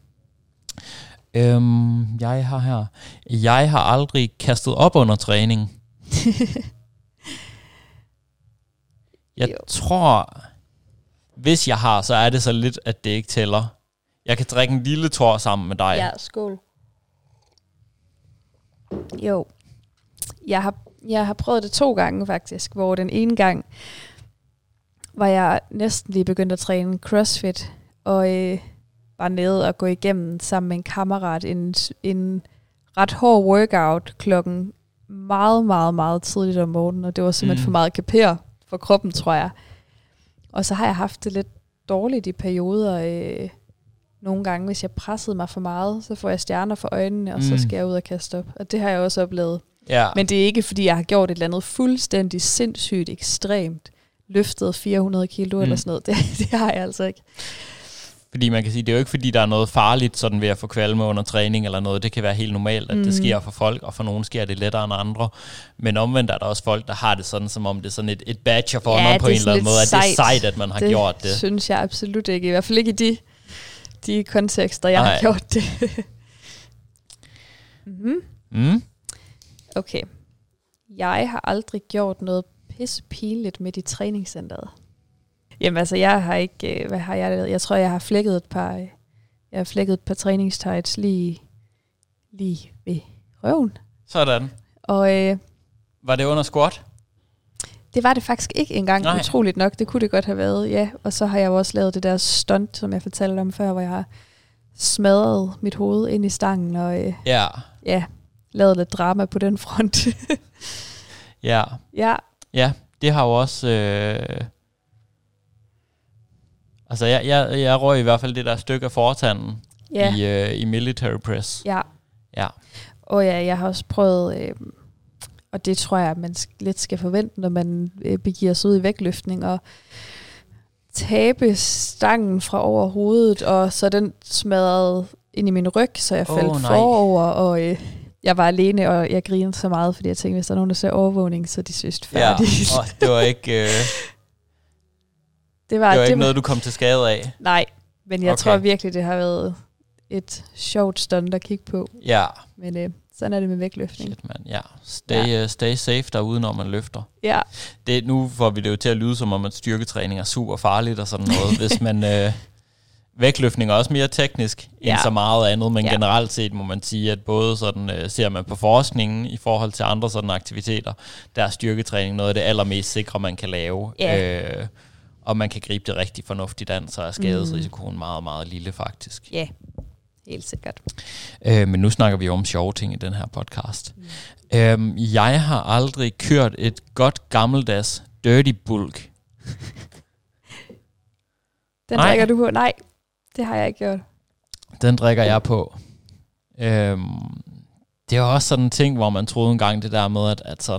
Jeg har her. Jeg har aldrig kastet op under træning. Jeg tror, hvis jeg har, så er det så lidt, at det ikke tæller. Jeg kan drikke en lille tår sammen med dig. Ja, skål. Jo. Jeg har prøvet det 2 gange faktisk, hvor den ene gang var jeg næsten lige begyndt at træne CrossFit, og var nede og gå igennem sammen med en kammerat en ret hård workout klokken meget, meget, meget tidligt om morgenen, og det var simpelthen for meget kapere for kroppen, tror jeg. Og så har jeg haft det lidt dårligt i perioder. Nogle gange, hvis jeg pressede mig for meget, så får jeg stjerner for øjnene, og så skal jeg ud og kaste op. Og det har jeg også oplevet. Men det er ikke, fordi jeg har gjort et eller andet fuldstændig sindssygt ekstremt. løftet 400 kilo eller sådan noget. Det har jeg altså ikke. Fordi man kan sige, det er jo ikke fordi, der er noget farligt sådan ved at få kvalme under træning eller noget. Det kan være helt normalt, at det sker for folk, og for nogen sker det lettere end andre. Men omvendt er der også folk, der har det sådan, som om det er sådan et badge of honor på en eller anden måde. At det er sejt, at man har gjort det. Det synes jeg absolut ikke. I hvert fald ikke i de kontekster, jeg har gjort det. Okay. Jeg har aldrig gjort noget pissepinligt med i træningscenteret. Jamen altså, jeg har ikke, hvad har jeg lavet? Jeg tror, jeg har flækket et par træningstights lige ved røven. Sådan. Og var det under squat? Det var det faktisk ikke engang, utroligt nok. Det kunne det godt have været, ja. Og så har jeg jo også lavet det der stunt, som jeg fortalte om før, hvor jeg har smadret mit hoved ind i stangen og lavet lidt drama på den front. Ja, det har jo også... Altså, jeg røg i hvert fald det der stykke af fortanden i military press. Ja. Og jeg har også prøvet, og det tror jeg, man lidt skal forvente, når man begiver sig ud i vægtløftning, og tabe stangen fra over hovedet, og så den smadrede ind i min ryg, så jeg faldt forover, og jeg var alene, og jeg grinede så meget, fordi jeg tænkte, hvis der er nogen, der ser overvågning, så er de synes færdigt. Ja, det var ikke... Det var ikke noget, du kom til skade af? Nej, men jeg tror virkelig, det har været et sjovt stunt at kigge på. Ja. Men sådan er det med vægtløftning. Shit, man. Ja. Stay safe derude, når man løfter. Ja. Nu får vi det jo til at lyde, som om at styrketræning er super farligt og sådan noget. Hvis man... vægtløftning er også mere teknisk end så meget andet, men generelt set må man sige, at både sådan ser man på forskningen i forhold til andre sådan aktiviteter, der er styrketræning noget af det allermest sikre, man kan lave. Og man kan gribe det rigtig fornuftigt an, så er skadesrisikoen meget, meget lille faktisk. Ja, helt sikkert. Men nu snakker vi om sjove ting i den her podcast. Jeg har aldrig kørt et godt gammeldags dirty bulk. Den drikker du på? Nej, det har jeg ikke gjort. Den drikker jeg på. Det er også sådan en ting, hvor man troede engang det der med,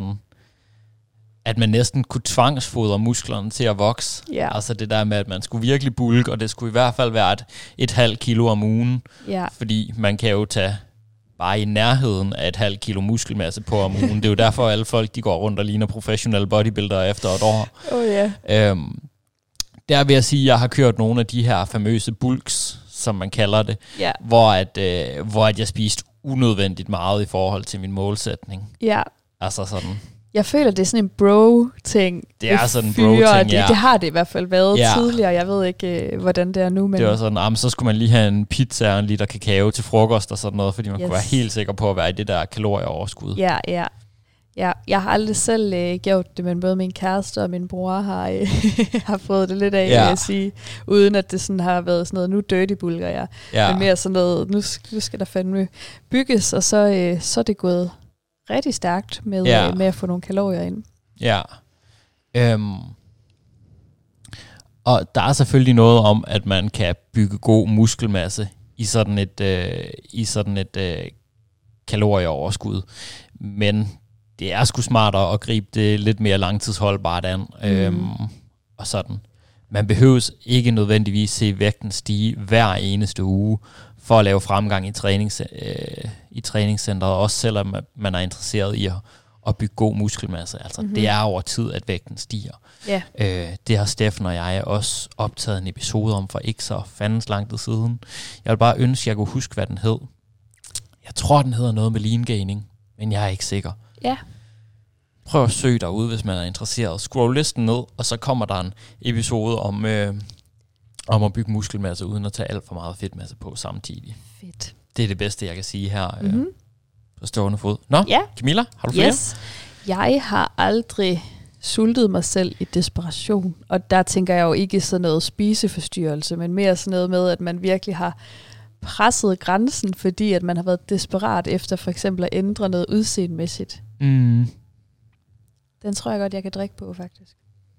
at man næsten kunne tvangsfodre musklerne til at vokse. Yeah. Altså det der med, at man skulle virkelig bulke, og det skulle i hvert fald være et halvt kilo om ugen. Yeah. Fordi man kan jo tage bare i nærheden af et halvt kilo muskelmasse på om ugen. Det er jo derfor, alle folk de går rundt og ligner professionelle bodybuildere efter et år. Der vil jeg sige, at jeg har kørt nogle af de her famøse bulks, som man kalder det, hvor at jeg spiste unødvendigt meget i forhold til min målsætning. Ja. Altså sådan. Jeg føler, det er sådan en bro-ting. Det er sådan en bro-ting, det har det i hvert fald været tidligere. Jeg ved ikke, hvordan det er nu. Men det var sådan, så skulle man lige have en pizza og en liter kakao til frokost og sådan noget, fordi man kunne være helt sikker på at være i det der kalorieoverskud. Ja. Jeg har aldrig selv gjort det, men både min kæreste og min bror har fået det lidt af, vil jeg sige. Uden at det sådan har været sådan noget, nu dirty bulker jeg. Men mere sådan noget, nu skal der fandme bygges, og så er det gået rigtig stærkt med at få nogle kalorier ind. Ja. Og der er selvfølgelig noget om, at man kan bygge god muskelmasse i sådan et kalorieoverskud. Men det er sgu smartere at gribe det lidt mere langtidsholdbart an. Og sådan. Man behøves ikke nødvendigvis se vægten stige hver eneste uge for at lave fremgang i træningscenteret, også selvom man er interesseret i at bygge god muskelmasse. Altså, det er over tid, at vægten stiger. Yeah. Det har Steffen og jeg også optaget en episode om for ikke så fandens lang tid siden. Jeg vil bare ønske, at jeg kunne huske, hvad den hed. Jeg tror, den hedder noget med lean gaining, men jeg er ikke sikker. Ja. Prøv at søge derude, hvis man er interesseret. Scroll listen ned, og så kommer der en episode om at bygge muskelmasse, uden at tage alt for meget fedtmasse på samtidig. Fedt. Det er det bedste, jeg kan sige her på stående fod. Nå, Camilla, har du flere? Yes. Jeg har aldrig sultet mig selv i desperation, og der tænker jeg jo ikke sådan noget spiseforstyrrelse, men mere sådan noget med, at man virkelig har presset grænsen, fordi at man har været desperat efter for eksempel at ændre noget udseendemæssigt. Den tror jeg godt, jeg kan drikke på, faktisk.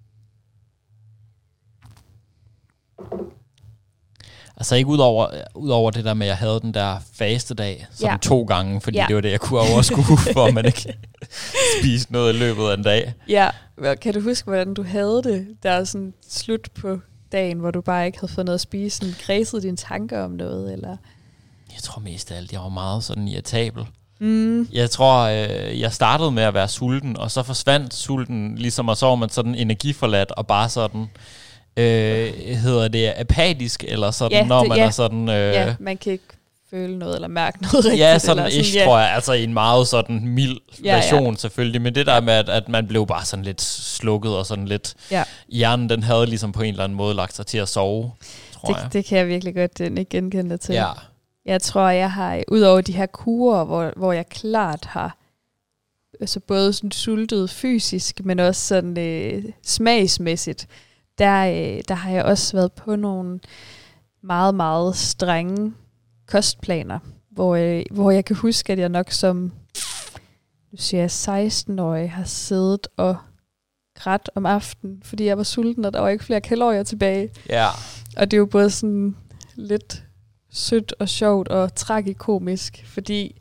Altså ikke udover det der med, at jeg havde den der fastedag, som 2 gange, fordi det var det, jeg kunne overskue, for at man ikke spiste noget i løbet af en dag. Ja, Kan du huske, hvordan du havde det? Der er sådan slut på dagen, hvor du bare ikke havde fået noget at spise. Sådan kredsede dine tanker om noget, eller? Jeg tror mest af alt, jeg var meget sådan irritabel. Jeg tror, jeg startede med at være sulten, og så forsvandt sulten, ligesom, og så var man sådan energiforladt, og bare sådan, hedder det apatisk, eller sådan, når man er sådan... Ja, man kan ikke føle noget, eller mærke noget rigtigt. Ja, sådan ish, tror jeg, altså i en meget sådan mild version selvfølgelig, men det der med, at man blev bare sådan lidt slukket, og sådan lidt, hjernen, den havde ligesom på en eller anden måde lagt sig til at sove, tror jeg. Det kan jeg virkelig godt ikke genkende til. Ja. Jeg tror, jeg har, udover de her kurer, hvor jeg klart har altså både sådan sultet fysisk, men også sådan smagsmæssigt, der har jeg også været på nogle meget, meget strenge kostplaner, hvor jeg kan huske, at jeg nok som, nu siger jeg 16-årig, har siddet og grædt om aftenen, fordi jeg var sulten, og der var ikke flere kalorier tilbage. Ja. Og det er jo både sådan lidt sødt og sjovt og tragikomisk, fordi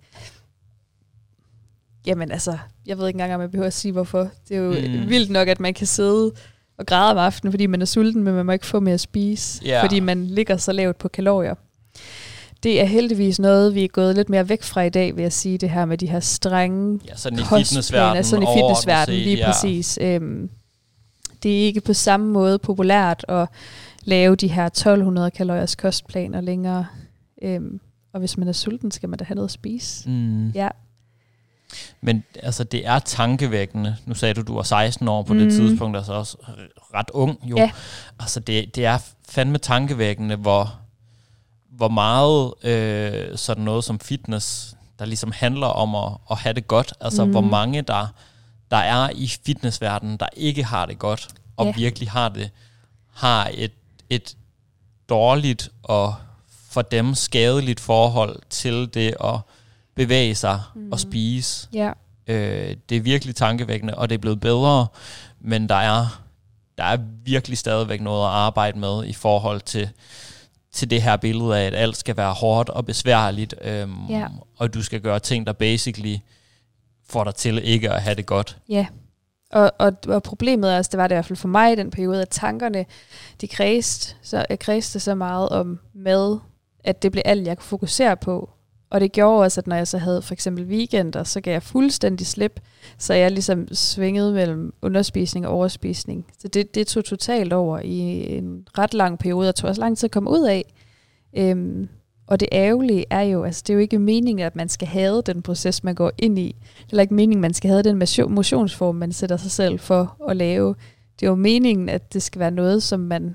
jamen altså, jeg ved ikke engang, om jeg behøver at sige, hvorfor. Det er jo vildt nok, at man kan sidde og græde om aftenen, fordi man er sulten, men man må ikke få mere at spise, fordi man ligger så lavt på kalorier. Det er heldigvis noget, vi er gået lidt mere væk fra i dag, vil jeg sige, det her med de her strenge sådan i fitnessverdenen. Sådan i fitnessverdenen, lige præcis. Det er ikke på samme måde populært at lave de her 1200 kaloriers kostplaner længere. Og hvis man er sulten, skal man da have noget at spise. Ja. Men altså, det er tankevækkende. Nu sagde du var 16 år på det tidspunkt, altså også ret ung jo. Ja. Altså, det er fandme tankevækkende, hvor meget sådan noget som fitness, der ligesom handler om at have det godt. Altså, hvor mange der er i fitnessverdenen, der ikke har det godt, og virkelig har et dårligt og for dem skadeligt forhold til det at bevæge sig og spise. Yeah. Det er virkelig tankevækkende, og det er blevet bedre, men der er virkelig stadigvæk noget at arbejde med i forhold til det her billede af, at alt skal være hårdt og besværligt, og du skal gøre ting, der basically får dig til ikke at have det godt. Ja, og problemet er, altså, det var det i hvert fald for mig i den periode, at tankerne, de kredste så meget om mad, at det blev alt, jeg kunne fokusere på. Og det gjorde også, at når jeg så havde for eksempel weekender, så gav jeg fuldstændig slip, så jeg ligesom svingede mellem underspisning og overspisning. Så det tog totalt over i en ret lang periode, og tog også lang tid at komme ud af. Og det ærgerlige er jo, altså det er jo ikke meningen, at man skal have den proces, man går ind i. Det er heller ikke meningen, at man skal have den motionsform, man sætter sig selv for at lave. Det er jo meningen, at det skal være noget, som man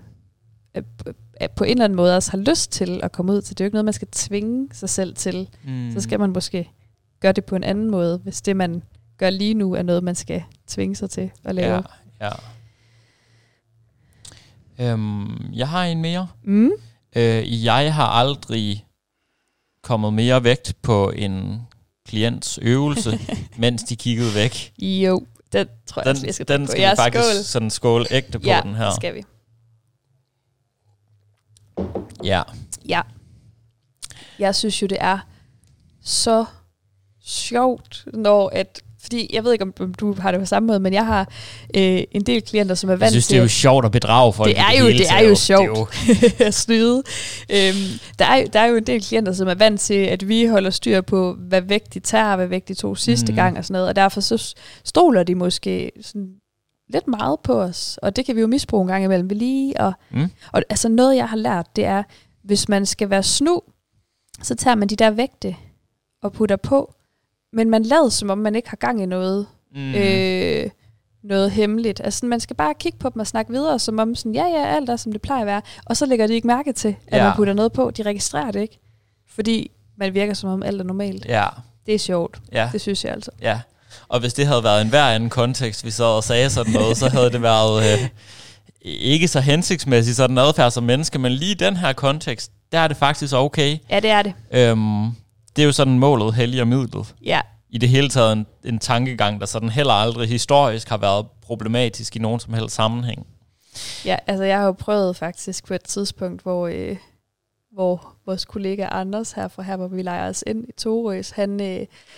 på en eller anden måde også har lyst til at komme ud til. Det er jo ikke noget, man skal tvinge sig selv til. Så skal man måske gøre det på en anden måde, hvis det, man gør lige nu, er noget, man skal tvinge sig til at lave. Ja. Jeg har en mere. Jeg har aldrig kommet mere vægt på en klients øvelse, mens de kiggede væk. Jo, den tror jeg, jeg skal den skal vi faktisk sådan skåle ægte på, den her. Ja, skal vi. Ja. Jeg synes jo, det er så sjovt, når fordi jeg ved ikke, om du har det på samme måde, men jeg har en del klienter, som er vant til... Jeg synes, det er jo sjovt at bedrage folk. Det er jo sjovt at snyde. Der er jo en del klienter, som er vant til, at vi holder styr på, hvad vægt de tager, hvad vægt de tog sidste gang og sådan noget, og derfor så stoler de måske sådan lidt meget på os, og det kan vi jo misbruge en gang imellem ved lige. Og altså noget, jeg har lært, det er, hvis man skal være snu, så tager man de der vægte og putter på, men man lader som om, man ikke har gang i noget, noget hemmeligt. Altså man skal bare kigge på dem og snakke videre, som om sådan, alt er, som det plejer at være, og så lægger de ikke mærke til, at man putter noget på. De registrerer det ikke, fordi man virker som om alt er normalt. Ja. Det er sjovt. Ja. Det synes jeg altså. Ja. Og hvis det havde været en hver anden kontekst, vi sad og sagde sådan noget, så havde det været ikke så hensigtsmæssigt sådan adfærd som menneske, men lige i den her kontekst, der er det faktisk okay. Ja, det er det. Det er jo sådan målet helliger midlet. Ja. I det hele taget en tankegang, der sådan heller aldrig historisk har været problematisk i nogen som helst sammenhæng. Ja, altså jeg har jo prøvet faktisk på et tidspunkt, hvor vores kollega Anders her, hvor vi leger os ind i Torøs,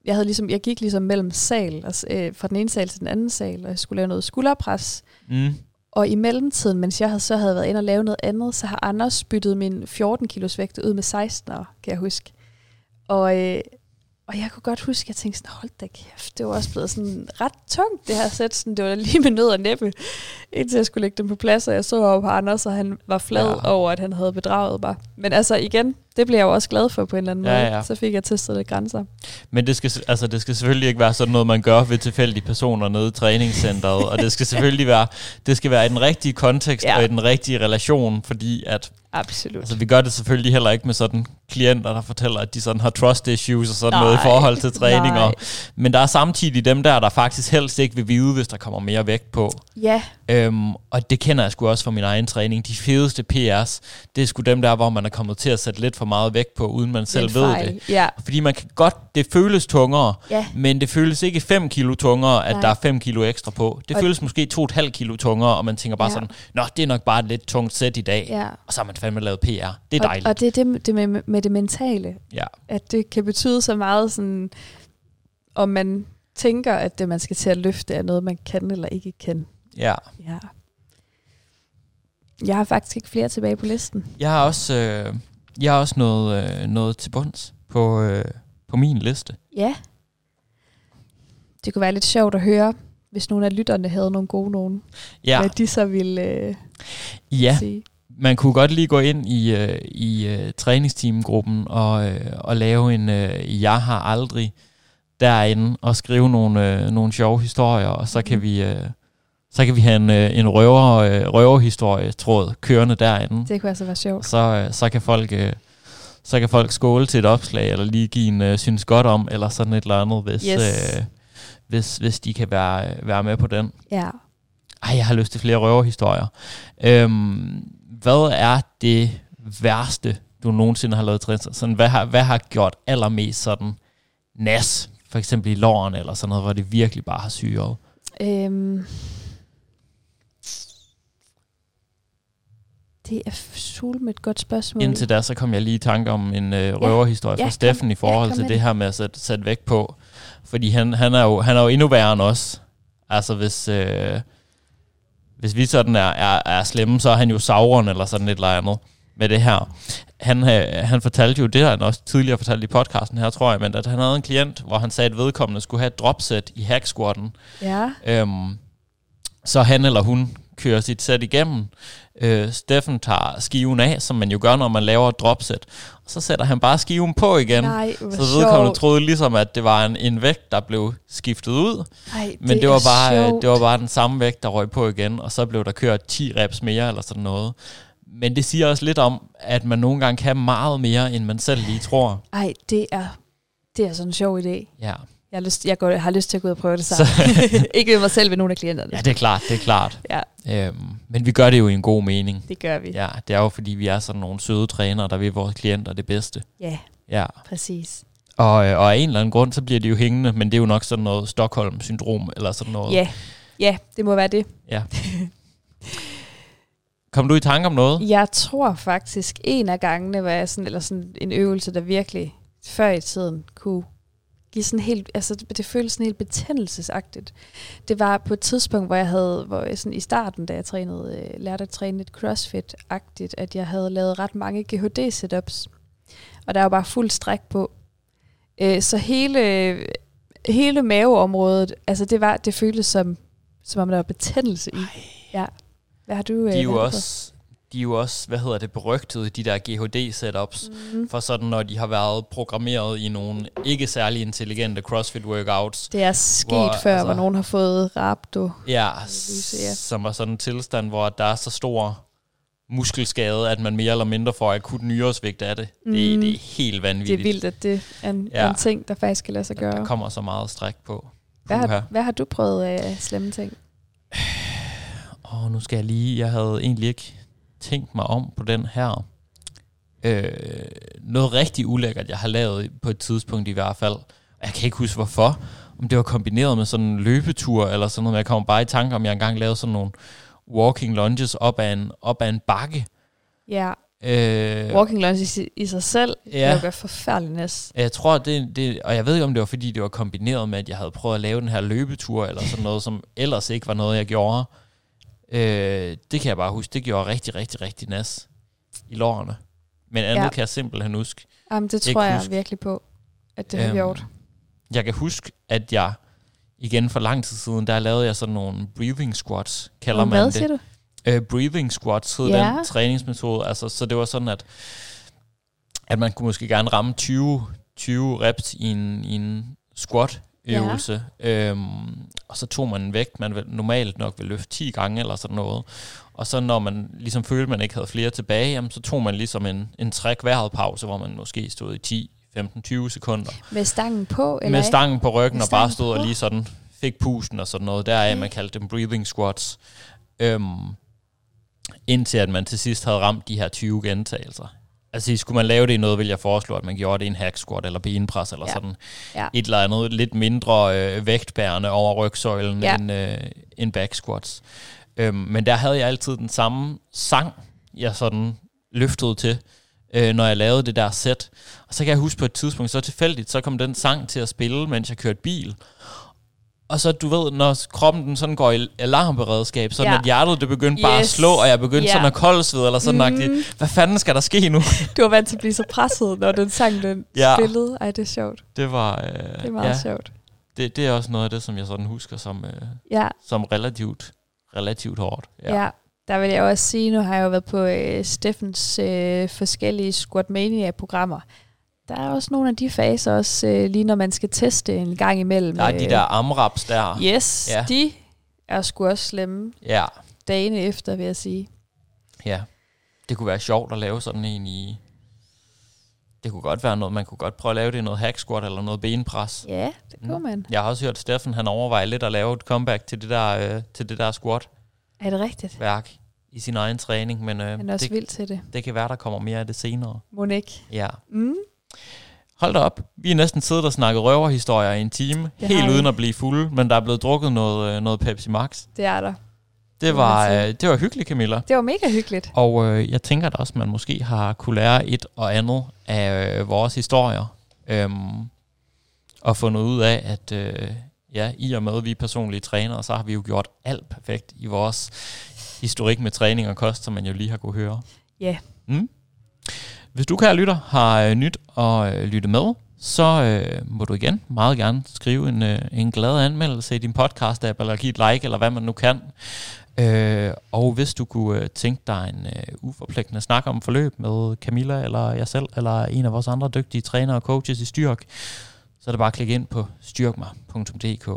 jeg gik ligesom mellem sal, altså, fra den ene sal til den anden sal, og jeg skulle lave noget skulderpres. Og i mellemtiden, mens jeg så havde været inde og lave noget andet, så har Anders byttet min 14 kilos vægt ud med 16'er, kan jeg huske. Og jeg kunne godt huske, at jeg tænkte sådan, hold da kæft, det var også blevet sådan ret tungt, det her sæt. Sådan, det var lige med nød og næppe, indtil jeg skulle lægge dem på plads, og jeg så over på Anders, og han var flad over, at han havde bedraget mig. Men altså igen, det blev jeg jo også glad for på en eller anden måde. Ja. Så fik jeg testet lidt grænser. Men det skal selvfølgelig ikke være sådan noget, man gør ved tilfældige personer nede i træningscenteret, og det skal selvfølgelig være i den rigtige kontekst og i den rigtige relation, fordi at absolut. Altså, vi gør det selvfølgelig heller ikke med sådan klienter, der fortæller, at de sådan har trust issues og sådan noget i forhold til træninger. Men der er samtidig dem der faktisk helst ikke vil vide, hvis der kommer mere vægt på. Ja. Og det kender jeg sgu også fra min egen træning. De fedeste PR's, det er sgu dem der, hvor man er kommet til at sætte lidt for meget vægt på, uden man selv ved det. Ja. Fordi man kan godt, det føles tungere, men det føles ikke 5 kilo tungere, at der er 5 kilo ekstra på. Det føles måske 2,5 kilo tungere, og man tænker bare sådan, nå, det er nok bare et lidt tungt sæt i dag. Og så har man fandme lavet PR. Det er dejligt. Og det er det med det mentale. Ja. At det kan betyde så meget, sådan, om man tænker, at det, man skal til at løfte, er noget, man kan eller ikke kan. Ja. Jeg har faktisk ikke flere tilbage på listen. Jeg har også noget til bunds på min liste. Ja. Det kunne være lidt sjovt at høre, hvis nogle af lytterne havde nogle gode nogen. Ja. Hvad de så ville sige. Man kunne godt lige gå ind i træningsteamgruppen og lave en jeg har aldrig derinde og skrive nogle sjove historier, og så kan vi have en røverhistorie-tråd kørende derinde. Det kunne altså være sjovt. Så kan folk skåle til et opslag, eller lige give en synes godt om, eller sådan et eller andet, hvis de kan være med på den. Ja. Jeg har lyst til flere røverhistorier. Hvad er det værste, du nogensinde har lavet træning? Sådan, hvad har gjort allermest sådan nas? For eksempel i låren eller sådan noget, hvor det virkelig bare har syret? Det er sulme et godt spørgsmål. Indtil da, så kom jeg lige i tanke om en røverhistorie fra Steffen i forhold til det her med at sætte vægt på. Fordi han er jo endnu værre end os. Altså hvis vi sådan er slemme, så er han jo Sauron eller sådan et eller andet med det her. Han fortalte jo, det har han også tidligere fortalt i podcasten her, tror jeg, men at han havde en klient, hvor han sagde, at vedkommende skulle have et dropset i hack squatten. Ja. Så han eller hun kører sit sæt igennem. Steffen tager skiven af, som man jo gør, når man laver et dropset. Og så sætter han bare skiven på igen. Nej, så vedkommende troede ligesom, at det var en vægt, der blev skiftet ud. Men det var bare den samme vægt, der røg på igen. Og så blev der kørt 10 reps mere eller sådan noget. Men det siger også lidt om, at man nogle gange kan meget mere, end man selv lige tror. Ej, det er sådan en sjov idé. Ja. Jeg har lyst til at gå ud og prøve det sammen. Ikke ved mig selv, ved nogle af klienterne. Ja, det er klart. Ja. Men vi gør det jo i en god mening. Det gør vi. Ja, det er jo fordi, vi er sådan nogle søde trænere, der vil vores klienter det bedste. Ja, præcis. Og af en eller anden grund, så bliver de jo hængende, men det er jo nok sådan noget Stockholm-syndrom, eller sådan noget. Ja, det må være det. Ja. Kom du i tanke om noget? Jeg tror faktisk, en af gangene var jeg sådan en øvelse, der virkelig før i tiden kunne give sådan helt, altså det føltes sådan helt betændelsesagtigt. Det var på et tidspunkt, hvor jeg sådan i starten, da jeg lærte at træne lidt CrossFit-agtigt, at jeg havde lavet ret mange GHD-setups. Og der var bare fuld stræk på. Så hele maveområdet, altså det føltes som om der var betændelse i. Ja. Hvad har du? De er jo også, berygtede, de der GHD-setups, for sådan, når de har været programmeret i nogle ikke særlig intelligente CrossFit-workouts. Det er sket før, hvor nogen har fået rhabdo. Ja, som var sådan en tilstand, hvor der er så stor muskelskade, at man mere eller mindre får akut nyresvigt af det. Det er helt vanvittigt. Det er vildt, at det er en ting, der faktisk kan lade sig gøre. Der kommer så meget stræk på. Hvad har du prøvet af slemme ting? Nu skal jeg havde egentlig ikke tænkt mig om på den her. Noget rigtig ulækkert, jeg har lavet på et tidspunkt i hvert fald. Jeg kan ikke huske hvorfor. Om det var kombineret med sådan en løbetur eller sådan noget. Men jeg kommer bare i tanke om, jeg engang lavede sådan nogle walking lunges op ad en bakke. Ja. Walking lunge i sig selv kan jo være forfærdelig næs. Jeg tror, det, og jeg ved ikke, om det var, fordi det var kombineret med, at jeg havde prøvet at lave den her løbetur, eller sådan noget, som ellers ikke var noget, jeg gjorde. Det kan jeg bare huske, det gjorde rigtig, rigtig, rigtig næs i lårene. Men andet kan jeg simpelthen huske. Jamen, det tror jeg virkelig på, at det har gjort. Jeg kan huske, at jeg igen for lang tid siden, der lavede jeg sådan nogle breathing squats, kalder man det. Hvad siger du? Breathing squats hed den træningsmetode. Altså, så det var sådan, at man kunne måske gerne ramme 20 reps i en squat-øvelse. Og så tog man en vægt, man normalt nok ville løfte 10 gange eller sådan noget. Og så når man ligesom følte, at man ikke havde flere tilbage, jamen, så tog man ligesom en træk-vejret-pause, hvor man måske stod i 10, 15, 20 sekunder. Med stangen på? Eller med stangen på ryggen og bare stod og lige sådan fik pusten og sådan noget. Deraf man kaldte dem breathing squats. Indtil at man til sidst havde ramt de her 20 gentagelser. Altså skulle man lave det i noget, vil jeg foreslå, at man gjorde det i en hack squat eller benpres eller sådan et eller andet lidt mindre vægtbærende over rygsøjlen end back squats. Men der havde jeg altid den samme sang, jeg sådan løftede til, når jeg lavede det der sæt. Og så kan jeg huske på et tidspunkt, så tilfældigt, så kom den sang til at spille, mens jeg kørte bil. Og så, du ved, når kroppen den sådan går i alarmberedskab, sådan at hjertet det begyndte bare at slå, og jeg begyndte sådan at koldsvede, eller sådan hvad fanden skal der ske nu? Du var vant til at blive så presset, når den sang den spillede. Ej, det er sjovt. Det er meget sjovt. Det er også noget af det, som jeg sådan husker som relativt hårdt. Ja, der vil jeg også sige, nu har jeg jo været på Steffens forskellige Squatmania-programmer. Der er også nogle af de faser også, lige når man skal teste en gang imellem. Der er de der AMRAPs der. Yes, de er sgu også slemme. Ja. Dagene efter, vil jeg sige. Ja, det kunne være sjovt at lave sådan en i... Det kunne godt være noget, man kunne godt prøve at lave det i noget hack squat eller noget benpres. Ja, det kunne man. Jeg har også hørt Steffen, han overvejer lidt at lave et comeback til det der squat. Er det rigtigt? Værk i sin egen træning, men han er også vild til det. Det kan være, der kommer mere af det senere. Monik. Ja. Hold da op. Vi er næsten siddet og snakket røverhistorier i en time, helt uden at blive fulde, men der er blevet drukket noget Pepsi Max. Det er der. Det var hyggeligt, Camilla. Det var mega hyggeligt. Og jeg tænker da også, at man måske har kunne lære et og andet af vores historier, og fundet ud af, at i og med, at vi er personlige trænere, så har vi jo gjort alt perfekt i vores historik med træning og kost, som man jo lige har kunne høre. Ja. Hvis du, kære lytter, har nyt at lytte med, så må du igen meget gerne skrive en glad anmeldelse i din podcast-app, eller give et like, eller hvad man nu kan. Og hvis du kunne tænke dig en uforpligtende snak om forløb med Camilla, eller jeg selv, eller en af vores andre dygtige trænere og coaches i Styrk, så er det bare at klikke ind på styrkmig.dk.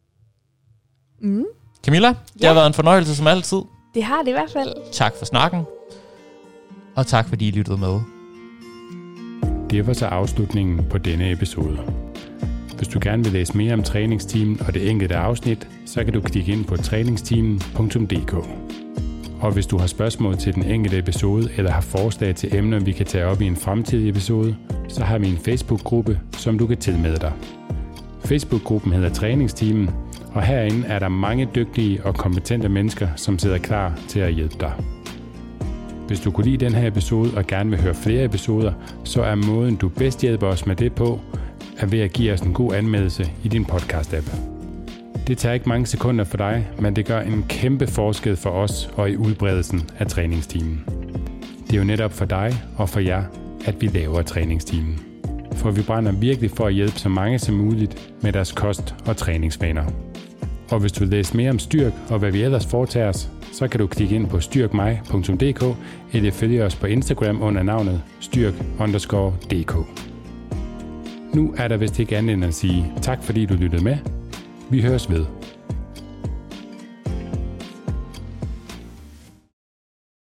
Camilla, det har været en fornøjelse som altid. Det har det i hvert fald. Tak for snakken, og tak fordi I lyttede med. Det var så afslutningen på denne episode. Hvis du gerne vil læse mere om træningsteamen og det enkelte afsnit, så kan du klikke ind på træningsteamen.dk. Og hvis du har spørgsmål til den enkelte episode, eller har forslag til emner, vi kan tage op i en fremtidig episode, så har vi en Facebook-gruppe, som du kan tilmelde dig. Facebook-gruppen hedder Træningsteamen, og herinde er der mange dygtige og kompetente mennesker, som sidder klar til at hjælpe dig. Hvis du kunne lide den her episode og gerne vil høre flere episoder, så er måden, du bedst hjælper os med det på, er ved at give os en god anmeldelse i din podcast-app. Det tager ikke mange sekunder for dig, men det gør en kæmpe forskel for os og i udbredelsen af træningsteamen. Det er jo netop for dig og for jer, at vi laver træningsteamen. For vi brænder virkelig for at hjælpe så mange som muligt med deres kost- og træningsvaner. Og hvis du vil læse mere om Styrk og hvad vi ellers foretager os, så kan du klikke ind på styrkmig.dk eller følge os på Instagram under navnet styrk_dk. Nu er der vist ikke andet end at sige tak fordi du lyttede med. Vi høres ved.